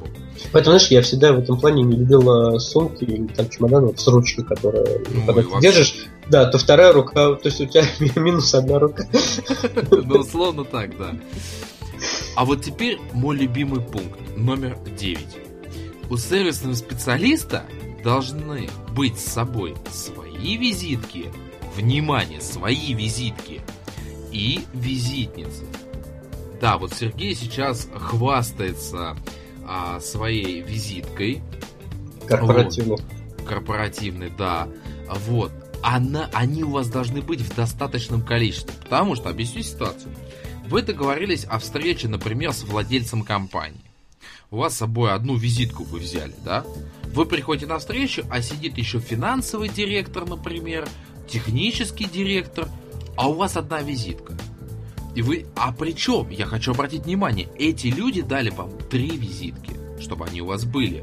Поэтому, знаешь, я всегда в этом плане не любил сумки или там чемоданы вот, с ручкой, которая, ну, когда ты вообще держишь, да, то вторая рука, то есть у тебя минус одна рука. Ну, условно так, да. А вот теперь мой любимый пункт, номер девять. У сервисного специалиста должны быть с собой свои визитки, внимание, свои визитки и визитницы. Да, вот Сергей сейчас хвастается а, своей визиткой. Корпоративной. Вот. Корпоративной, да. Вот. Она, они у вас должны быть в достаточном количестве. Потому что, объясню ситуацию. Вы договорились о встрече, например, с владельцем компании. У вас с собой одну визитку вы взяли, да? Вы приходите на встречу, а сидит еще финансовый директор, например, технический директор, а у вас одна визитка. И вы, а при чем, я хочу обратить внимание, эти люди дали вам три визитки, чтобы они у вас были.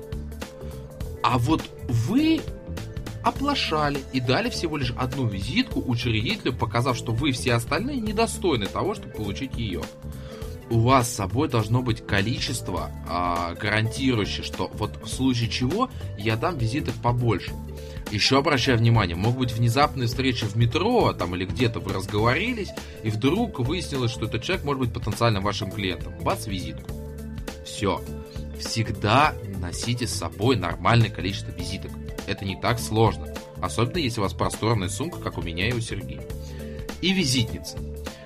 А вот вы оплошали и дали всего лишь одну визитку учредителю, показав, что вы все остальные недостойны того, чтобы получить ее. У вас с собой должно быть количество, а, гарантирующее, что вот в случае чего я дам визиток побольше. Еще обращаю внимание, могут быть внезапные встречи в метро там, или где-то вы разговорились, и вдруг выяснилось, что этот человек может быть потенциально вашим клиентом. Бац, визитку. Все. Всегда носите с собой нормальное количество визиток. Это не так сложно. Особенно если у вас просторная сумка, как у меня и у Сергея. И визитница.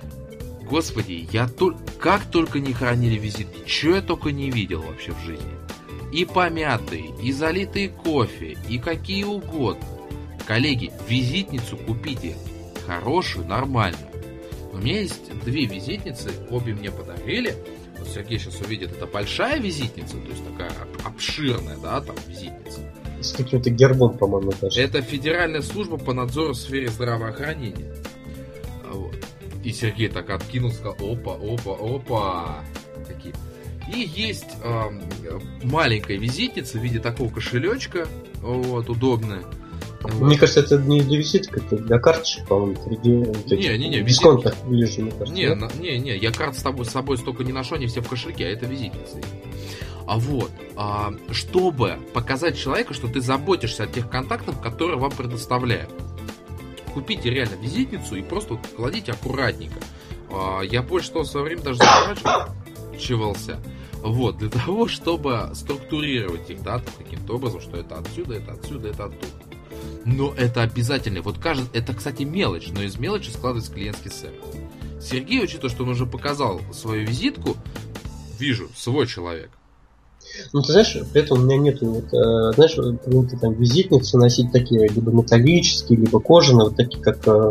Господи, я то... как только не хранили визитки, что я только не видел вообще в жизни. И помятые, и залитые кофе, и какие угодно. Коллеги, визитницу купите хорошую, нормальную. У меня есть две визитницы, обе мне подарили. Вот Сергей сейчас увидит, это большая визитница, то есть такая обширная, да, там визитница. С каким-то гербом, по-моему, даже. Это Федеральная служба по надзору в сфере здравоохранения. Вот. И Сергей так откинул, сказал, опа, опа, опа. Такие. И есть э, маленькая визитница в виде такого кошелечка, вот, удобная. Мне вот. Кажется, это не для визиток, это для карточек, по-моему, три ди. Не, не, не, дисконтах ближе, мне кажется. Не, да? не, не, я карт с тобой, с собой столько не ношу, они все в кошельке, а это визитница. А вот, а, чтобы показать человеку, что ты заботишься о тех контактах, которые вам предоставляют. Купите реально визитницу и просто вот кладите аккуратненько. А, я больше того в свое время даже заморачивался. Вот, для того, чтобы структурировать их, да, там, каким-то образом, что это отсюда, это отсюда, это оттуда. Но это обязательно. Вот каждый, это, кстати, мелочь, но из мелочи складывается клиентский сервис. Сергей, учитывая, что он уже показал свою визитку, вижу, свой человек. Ну, ты знаешь, при этом у меня нету, вот, э, знаешь, принято там визитницы носить такие, либо металлические, либо кожаные, вот такие, как... Э,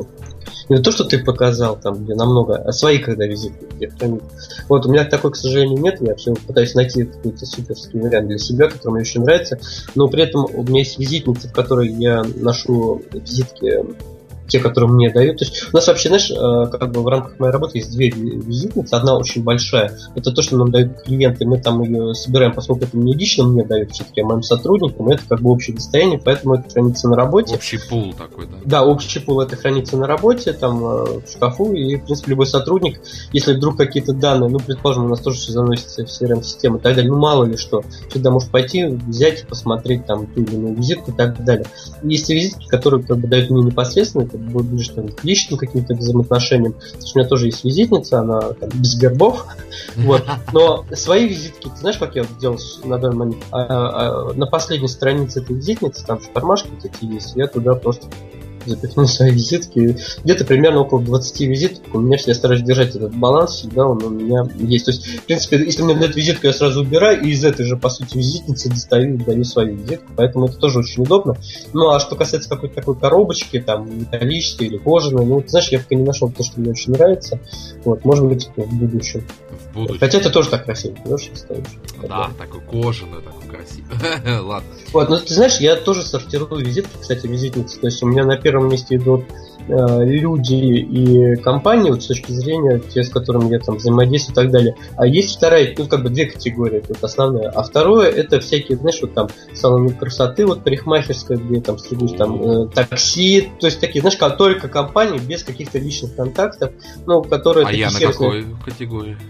не то, что ты показал, там, где намного, а свои, когда визитки, где хранить. Вот, у меня такой, к сожалению, нет, я все пытаюсь найти какой-то суперский вариант для себя, который мне очень нравится, но при этом у меня есть визитницы, в которой я ношу визитки, те, которые мне дают. То есть у нас вообще, знаешь, как бы в рамках моей работы есть две визитницы. Одна очень большая. Это то, что нам дают клиенты. Мы там ее собираем, поскольку это не лично мне дают, все-таки моим сотрудникам. Это как бы общее достояние, поэтому это хранится на работе. Общий пул такой, да? Да, общий пул это хранится на работе, там в шкафу. И, в принципе, любой сотрудник, если вдруг какие-то данные, ну, предположим, у нас тоже все заносится в си эр эм-систему и так далее, ну, мало ли что, всегда может пойти, взять и посмотреть там ту или иную визитку и так далее. Есть визитки, которые как бы дают мне непосредственно, будет ближе к личным каким-то взаимоотношениям. То есть у меня тоже есть визитница, она там, без гербов. Вот. Но свои визитки, ты знаешь, как я делал на данный момент? А, а, на последней странице этой визитницы, там же кармашки вот эти есть, я туда просто запихнул свои визитки. Где-то примерно около двадцать визиток. У меня, я стараюсь держать этот баланс, всегда он у меня есть. То есть, в принципе, если мне дают визитку, я сразу убираю, и из этой же, по сути, визитницы достаю и даю свою визитку. Поэтому это тоже очень удобно. Ну, а что касается какой-то такой коробочки, там, металлической или кожаной, ну, ты знаешь, я пока не нашел то, что мне очень нравится. Вот, может быть, в будущем. В будущем. Хотя это тоже так красиво, понимаешь, стоишь. Да, такой кожаный, такой красивый. Ладно. Вот, ну, ты знаешь, я тоже сортирую визитки, кстати, визитницы. То есть у меня на первом месте идут э, люди и компании, вот с точки зрения те, с которыми я там взаимодействую и так далее. А есть вторая, ну, как бы две категории, тут основная. А второе, это всякие, знаешь, вот там салоны красоты, вот парикмахерская, где там стригусь, там э, такси, то есть такие, знаешь, как, только компании, без каких-то личных контактов, ну, которые... А я на сервисные... какой категории?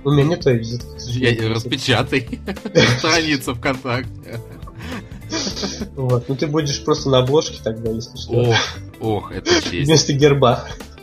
У меня нет твоей визитки. Я распечатай страницу ВКонтакте. Вот, ну ты будешь просто на обложке тогда, если что. Ох, ох, это честь. Вместо герба.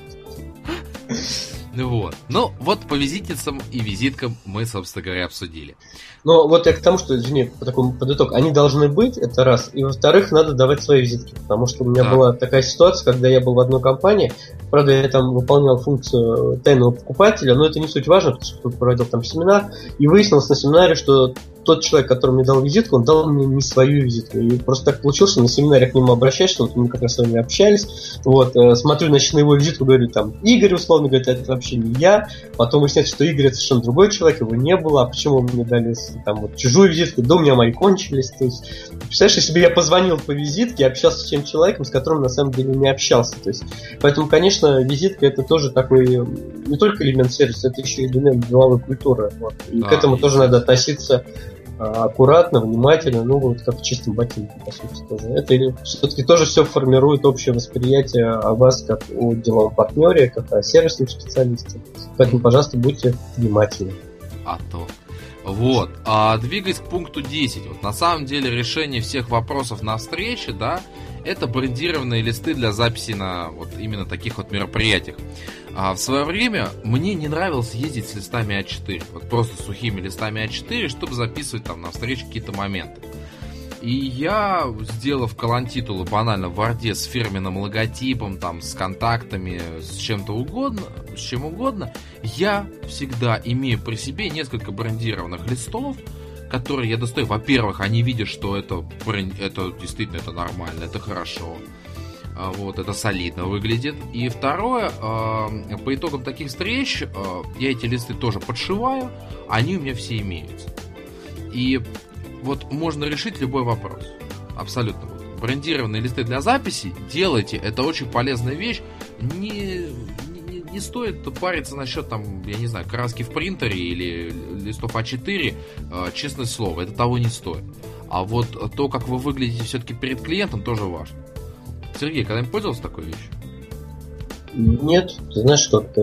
Вот. Ну, вот по визитницам и визиткам мы, собственно говоря, обсудили. Но вот я к тому, что, извини, по такому подыток, они должны быть, это раз. И во-вторых, надо давать свои визитки. Потому что у меня да. была такая ситуация, когда я был в одной компании. Правда, я там выполнял функцию тайного покупателя, но это не суть важно, потому что тут проводил там семинар. И выяснилось на семинаре, что тот человек, который мне дал визитку, он дал мне не свою визитку. И просто так получилось, что на семинаре к нему обращаешься, вот мы как раз с вами общались, вот, э, смотрю, значит, на его визитку, говорю, там, Игорь, условно говорит, это вообще не я, потом выясняется, что Игорь это совершенно другой человек, его не было, а почему мне дали там вот чужую визитку, да у меня мои кончились, то есть, представляешь, если бы я позвонил по визитке, общался с тем человеком, с которым на самом деле не общался, то есть, поэтому, конечно, визитка это тоже такой, не только элемент сервиса, это еще и элемент деловой культуры, вот, и а, к этому тоже надо относиться аккуратно, внимательно, ну вот как в чистом ботинке, по сути, тоже. Это все-таки тоже все формирует общее восприятие о вас как о деловом партнере, как о сервисном специалисте. Поэтому, пожалуйста, будьте внимательны. А то. Вот. А двигаясь к пункту десять. Вот на самом деле решение всех вопросов на встрече, да, это брендированные листы для записи на вот именно таких вот мероприятиях. А в свое время мне не нравилось ездить с листами а четыре, вот просто сухими листами а четыре, чтобы записывать там на встрече какие-то моменты. И я, сделав колонтитулы банально в Word с фирменным логотипом, там, с контактами, с чем-то угодно, с чем угодно, я всегда имею при себе несколько брендированных листов, которые я достаю. Во-первых, они видят, что это, это действительно это нормально, это хорошо. Вот, это солидно выглядит. И второе, э, по итогам таких встреч э, я эти листы тоже подшиваю, они у меня все имеются. И вот можно решить любой вопрос. Абсолютно. Вот. Брендированные листы для записи делайте, это очень полезная вещь. Не, не, не стоит париться насчет там, я не знаю, краски в принтере или листов а четыре, э, честное слово, это того не стоит. А вот то, как вы выглядите все-таки перед клиентом, тоже важно. Сергей, когда-нибудь пользовался такой вещью? Нет, ты знаешь, как-то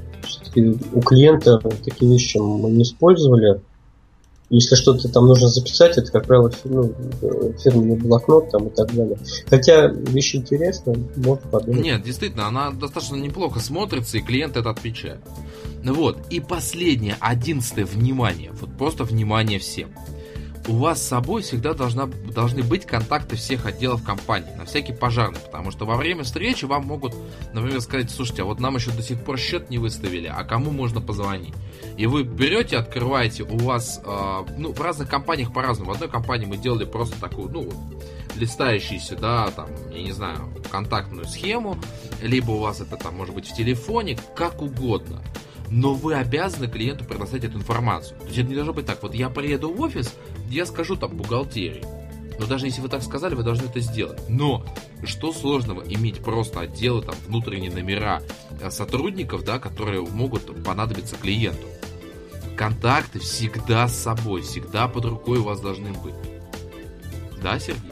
у клиента такие вещи мы не использовали. Если что-то там нужно записать, это, как правило, ну, фирменный блокнот там, и так далее. Хотя вещь интересная, можно подумать. Нет, действительно, она достаточно неплохо смотрится, и клиент это отмечает. Вот, и последнее, одиннадцатое, внимание. Вот просто внимание всем. У вас с собой всегда должна, должны быть контакты всех отделов компании, на всякий пожарный, потому что во время встречи вам могут, например, сказать: слушайте, а вот нам еще до сих пор счет не выставили, а кому можно позвонить? И вы берете, открываете, у вас, э, ну, в разных компаниях по-разному. В одной компании мы делали просто такую, ну, листающуюся, да, там, я не знаю, контактную схему, либо у вас это там может быть в телефоне, как угодно. Но вы обязаны клиенту предоставить эту информацию. То есть это не должно быть так: вот я приеду в офис, я скажу там бухгалтерии. Но даже если вы так сказали, вы должны это сделать. Но что сложного иметь просто отделы, там, внутренние номера сотрудников, да, которые могут понадобиться клиенту. Контакты всегда с собой, всегда под рукой у вас должны быть. Да, Сергей?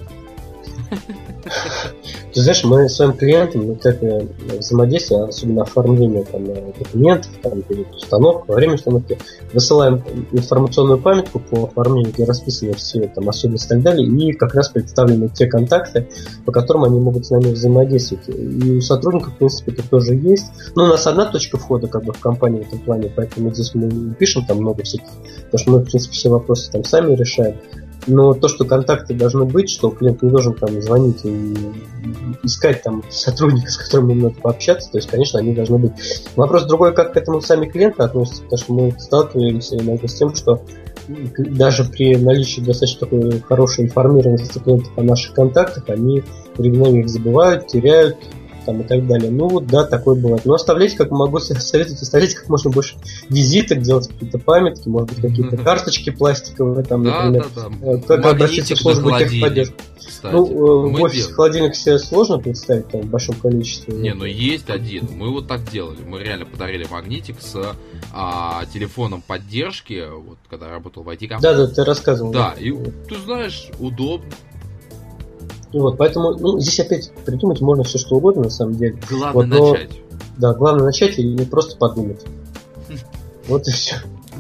Ты знаешь, мы своим клиентам вот это взаимодействие, особенно оформление там, документов, там, перед установкой, во время установки, высылаем информационную памятку по оформлению, где расписаны все там, особенности и так далее, и как раз представлены те контакты, по которым они могут с нами взаимодействовать. И у сотрудников, в принципе, это тоже есть. Но у нас одна точка входа как бы в компанию в этом плане, поэтому здесь мы не пишем там много всяких, потому что мы, в принципе, все вопросы там сами решаем. Но то, что контакты должны быть, что клиент не должен там звонить и искать там сотрудника, с которым ему надо пообщаться, то есть, конечно, они должны быть. Вопрос другой, как к этому сами клиенты относятся, потому что мы сталкиваемся иногда с тем, что даже при наличии достаточно такой хорошей информированности клиентов о наших контактах, они временами их забывают, теряют там, и так далее. Ну вот, да, такое бывает. Но оставлять, как могу советовать, оставлять как можно больше визиток, делать какие-то памятки, может быть, какие-то mm-hmm. карточки пластиковые, там, да, например, да, да. Как обратиться в службу техподдержки. Ну, в офисе холодильник себе сложно представить там, в большом количестве. Не, ну есть один. Мы вот так делали. Мы реально подарили магнитик с а, телефоном поддержки, вот когда я работал в ай ти-компании. Да, да, ты рассказывал. Да, и ты знаешь, удобно. И вот, поэтому, ну, здесь опять придумать можно все что угодно, на самом деле. Главное вот, но, начать. Да, главное начать и не просто подумать. Вот и все.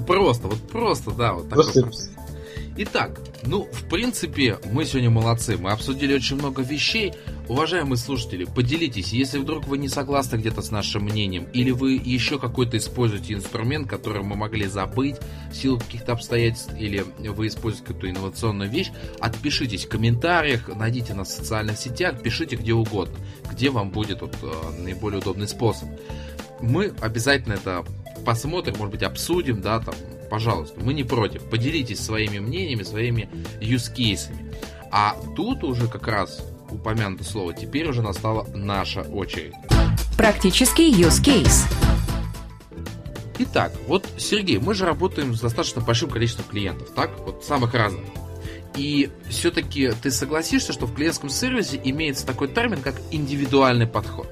просто, вот просто, да, вот такой просто... просто. Итак, ну, в принципе, мы сегодня молодцы, мы обсудили очень много вещей. Уважаемые слушатели, поделитесь, если вдруг вы не согласны где-то с нашим мнением, или вы еще какой-то используете инструмент, который мы могли забыть в силу каких-то обстоятельств, или вы используете какую-то инновационную вещь, отпишитесь в комментариях, найдите нас в социальных сетях, пишите где угодно, где вам будет вот, наиболее удобный способ. Мы обязательно это посмотрим, может быть, обсудим, да, там, пожалуйста, мы не против. Поделитесь своими мнениями, своими юзкейсами. А тут уже как раз упомянутое слово, теперь уже настала наша очередь. Практический use case. Итак, вот, Сергей, мы же работаем с достаточно большим количеством клиентов, так? Вот самых разных. И все-таки ты согласишься, что в клиентском сервисе имеется такой термин, как индивидуальный подход?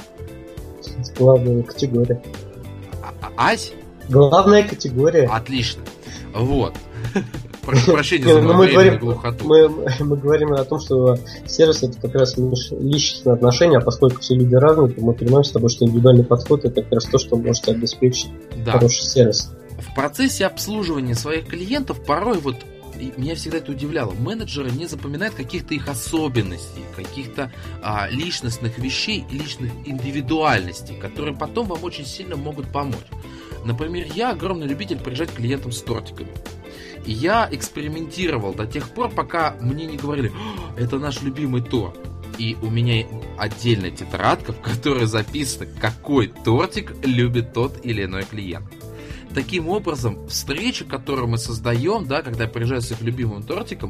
Главная категория. А- Ась? Главная категория. Отлично. Вот. Прошу прощения за мою временную глухоту. Мы, мы говорим о том, что сервис это как раз личностные отношения, а поскольку все люди разные, то мы понимаем с тобой, что индивидуальный подход это как раз то, что может обеспечить да. хороший сервис. В процессе обслуживания своих клиентов порой вот меня всегда это удивляло. Менеджеры не запоминают каких-то их особенностей, каких-то а, личностных вещей, личных индивидуальностей, которые потом вам очень сильно могут помочь. Например, я огромный любитель приезжать к клиентам с тортиками. И я экспериментировал до тех пор, пока мне не говорили: это наш любимый торт. И у меня отдельная тетрадка, в которой записано, какой тортик любит тот или иной клиент. Таким образом, встреча, которую мы создаем, да, когда я приезжаю с их любимым тортиком,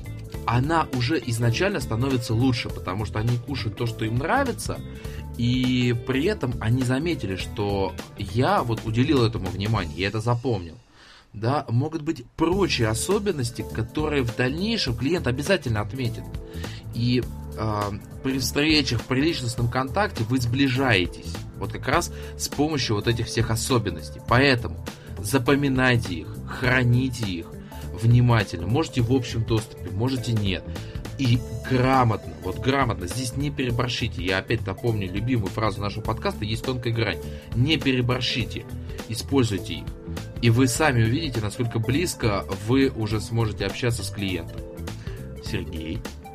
она уже изначально становится лучше, потому что они кушают то, что им нравится, и при этом они заметили, что я вот уделил этому внимание, я это запомнил. Да, могут быть прочие особенности, которые в дальнейшем клиент обязательно отметит. И э, при встречах, при личностном контакте вы сближаетесь. Вот как раз с помощью вот этих всех особенностей. Поэтому запоминайте их, храните их внимательно. Можете в общем доступе, можете нет. И грамотно, вот грамотно, здесь не переборщите. Я опять напомню любимую фразу нашего подкаста: есть тонкая грань. Не переборщите, используйте их. И вы сами увидите, насколько близко вы уже сможете общаться с клиентом. Сергей?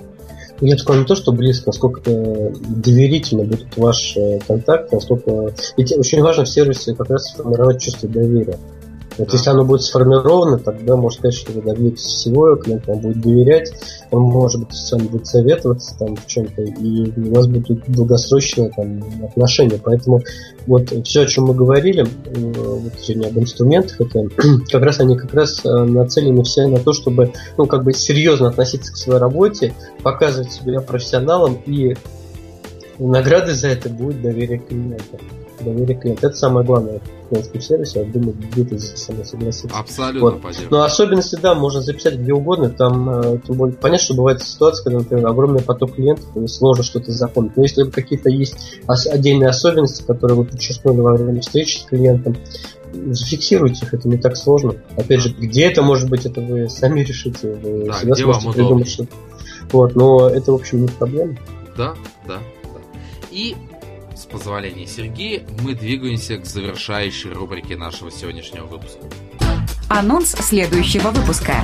Я сказал не то, что близко, насколько доверительно будет ваш контакт, насколько... Ведь очень важно в сервисе как раз формировать чувство доверия. Вот да. Если оно будет сформировано, тогда можно сказать, что вы добьетесь всего, клиент вам будет доверять, он, может быть, с вами будет советоваться там в чем-то, и у вас будут долгосрочные там отношения. Поэтому вот все, о чем мы говорили, вот сегодня об инструментах, это как раз они как раз нацелены все на то, чтобы, ну, как бы серьезно относиться к своей работе, показывать себя профессионалом, и наградой за это будет доверие клиента. Доверие клиента. Это самое главное в клиентском сервисе. Я думаю, где-то здесь со мной согласиться. Абсолютно вот. поддерживаю. Но особенности, да, можно записать где угодно. Там, тем более, понятно, что бывает ситуация, когда, например, огромный поток клиентов, и сложно что-то запомнить. Но если какие-то есть отдельные особенности, которые вы подчеркнули во время встречи с клиентом, зафиксируйте их, это не так сложно. Опять же, где это может быть, это вы сами решите. Вы да, всегда где сможете вам придумать что-то. Вот, но это, в общем, не проблема. Да, да, да. И с позволения Сергея, мы двигаемся к завершающей рубрике нашего сегодняшнего выпуска. Анонс следующего выпуска.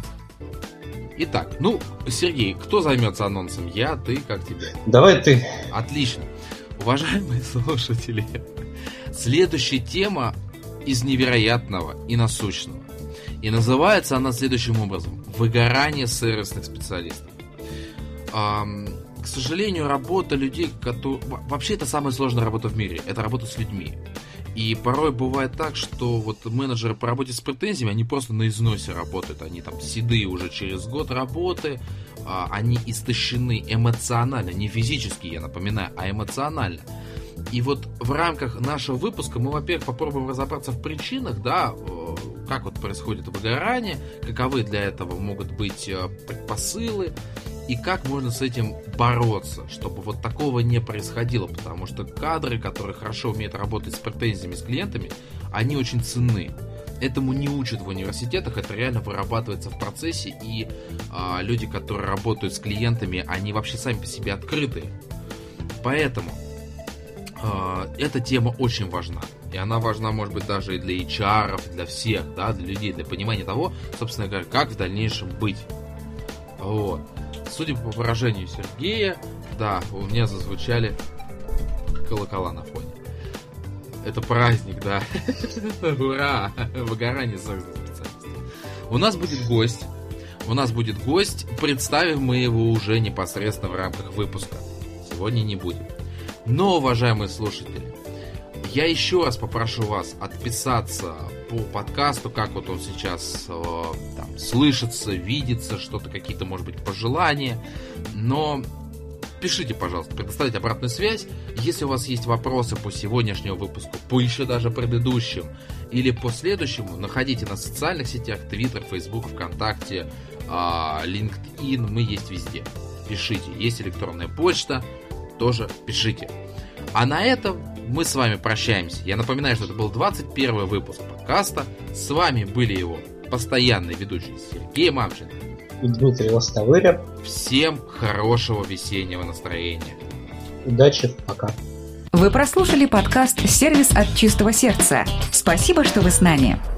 Итак, ну, Сергей, кто займется анонсом? Я, ты, как тебе? Давай ты. Отлично. Уважаемые слушатели, следующая тема из невероятного и насущного. И называется она следующим образом: выгорание сервисных специалистов. Ам... К сожалению, работа людей, которые... Вообще, это самая сложная работа в мире. Это работа с людьми. И порой бывает так, что вот менеджеры по работе с претензиями, они просто на износе работают. Они там седые уже через год работы. Они истощены эмоционально. Не физически, я напоминаю, а эмоционально. И вот в рамках нашего выпуска мы, во-первых, попробуем разобраться в причинах, да, как вот происходит выгорание, каковы для этого могут быть предпосылы, и как можно с этим бороться, чтобы вот такого не происходило, потому что кадры, которые хорошо умеют работать с претензиями, с клиентами, они очень ценны. Этому не учат в университетах, это реально вырабатывается в процессе, и а, люди, которые работают с клиентами, они вообще сами по себе открытые. Поэтому эта тема очень важна. И она важна, может быть, даже и для эйч ар, для всех, да, для людей, для понимания того, собственно говоря, как в дальнейшем быть. Вот. Судя по выражению Сергея, да, у меня зазвучали колокола на фоне. Это праздник, да. Ура! Выгорание специалистов. У нас будет гость. У нас будет гость. Представим мы его уже непосредственно в рамках выпуска. Сегодня не будем. Но, уважаемые слушатели, я еще раз попрошу вас отписаться по подкасту, как вот он сейчас э, там, слышится, видится, что-то, какие-то, может быть, пожелания. Но пишите, пожалуйста, предоставьте обратную связь. Если у вас есть вопросы по сегодняшнему выпуску, по еще даже предыдущим или по следующему, находите на социальных сетях, Twitter, Facebook, ВКонтакте, э, LinkedIn, мы есть везде. Пишите. Есть электронная почта, тоже пишите. А на этом мы с вами прощаемся. Я напоминаю, что это был двадцать первый выпуск подкаста. С вами были его постоянные ведущие Сергей Мамченко и Дмитрий Лостовыря. Всем хорошего весеннего настроения. Удачи, пока. Вы прослушали подкаст «Сервис от чистого сердца». Спасибо, что вы с нами.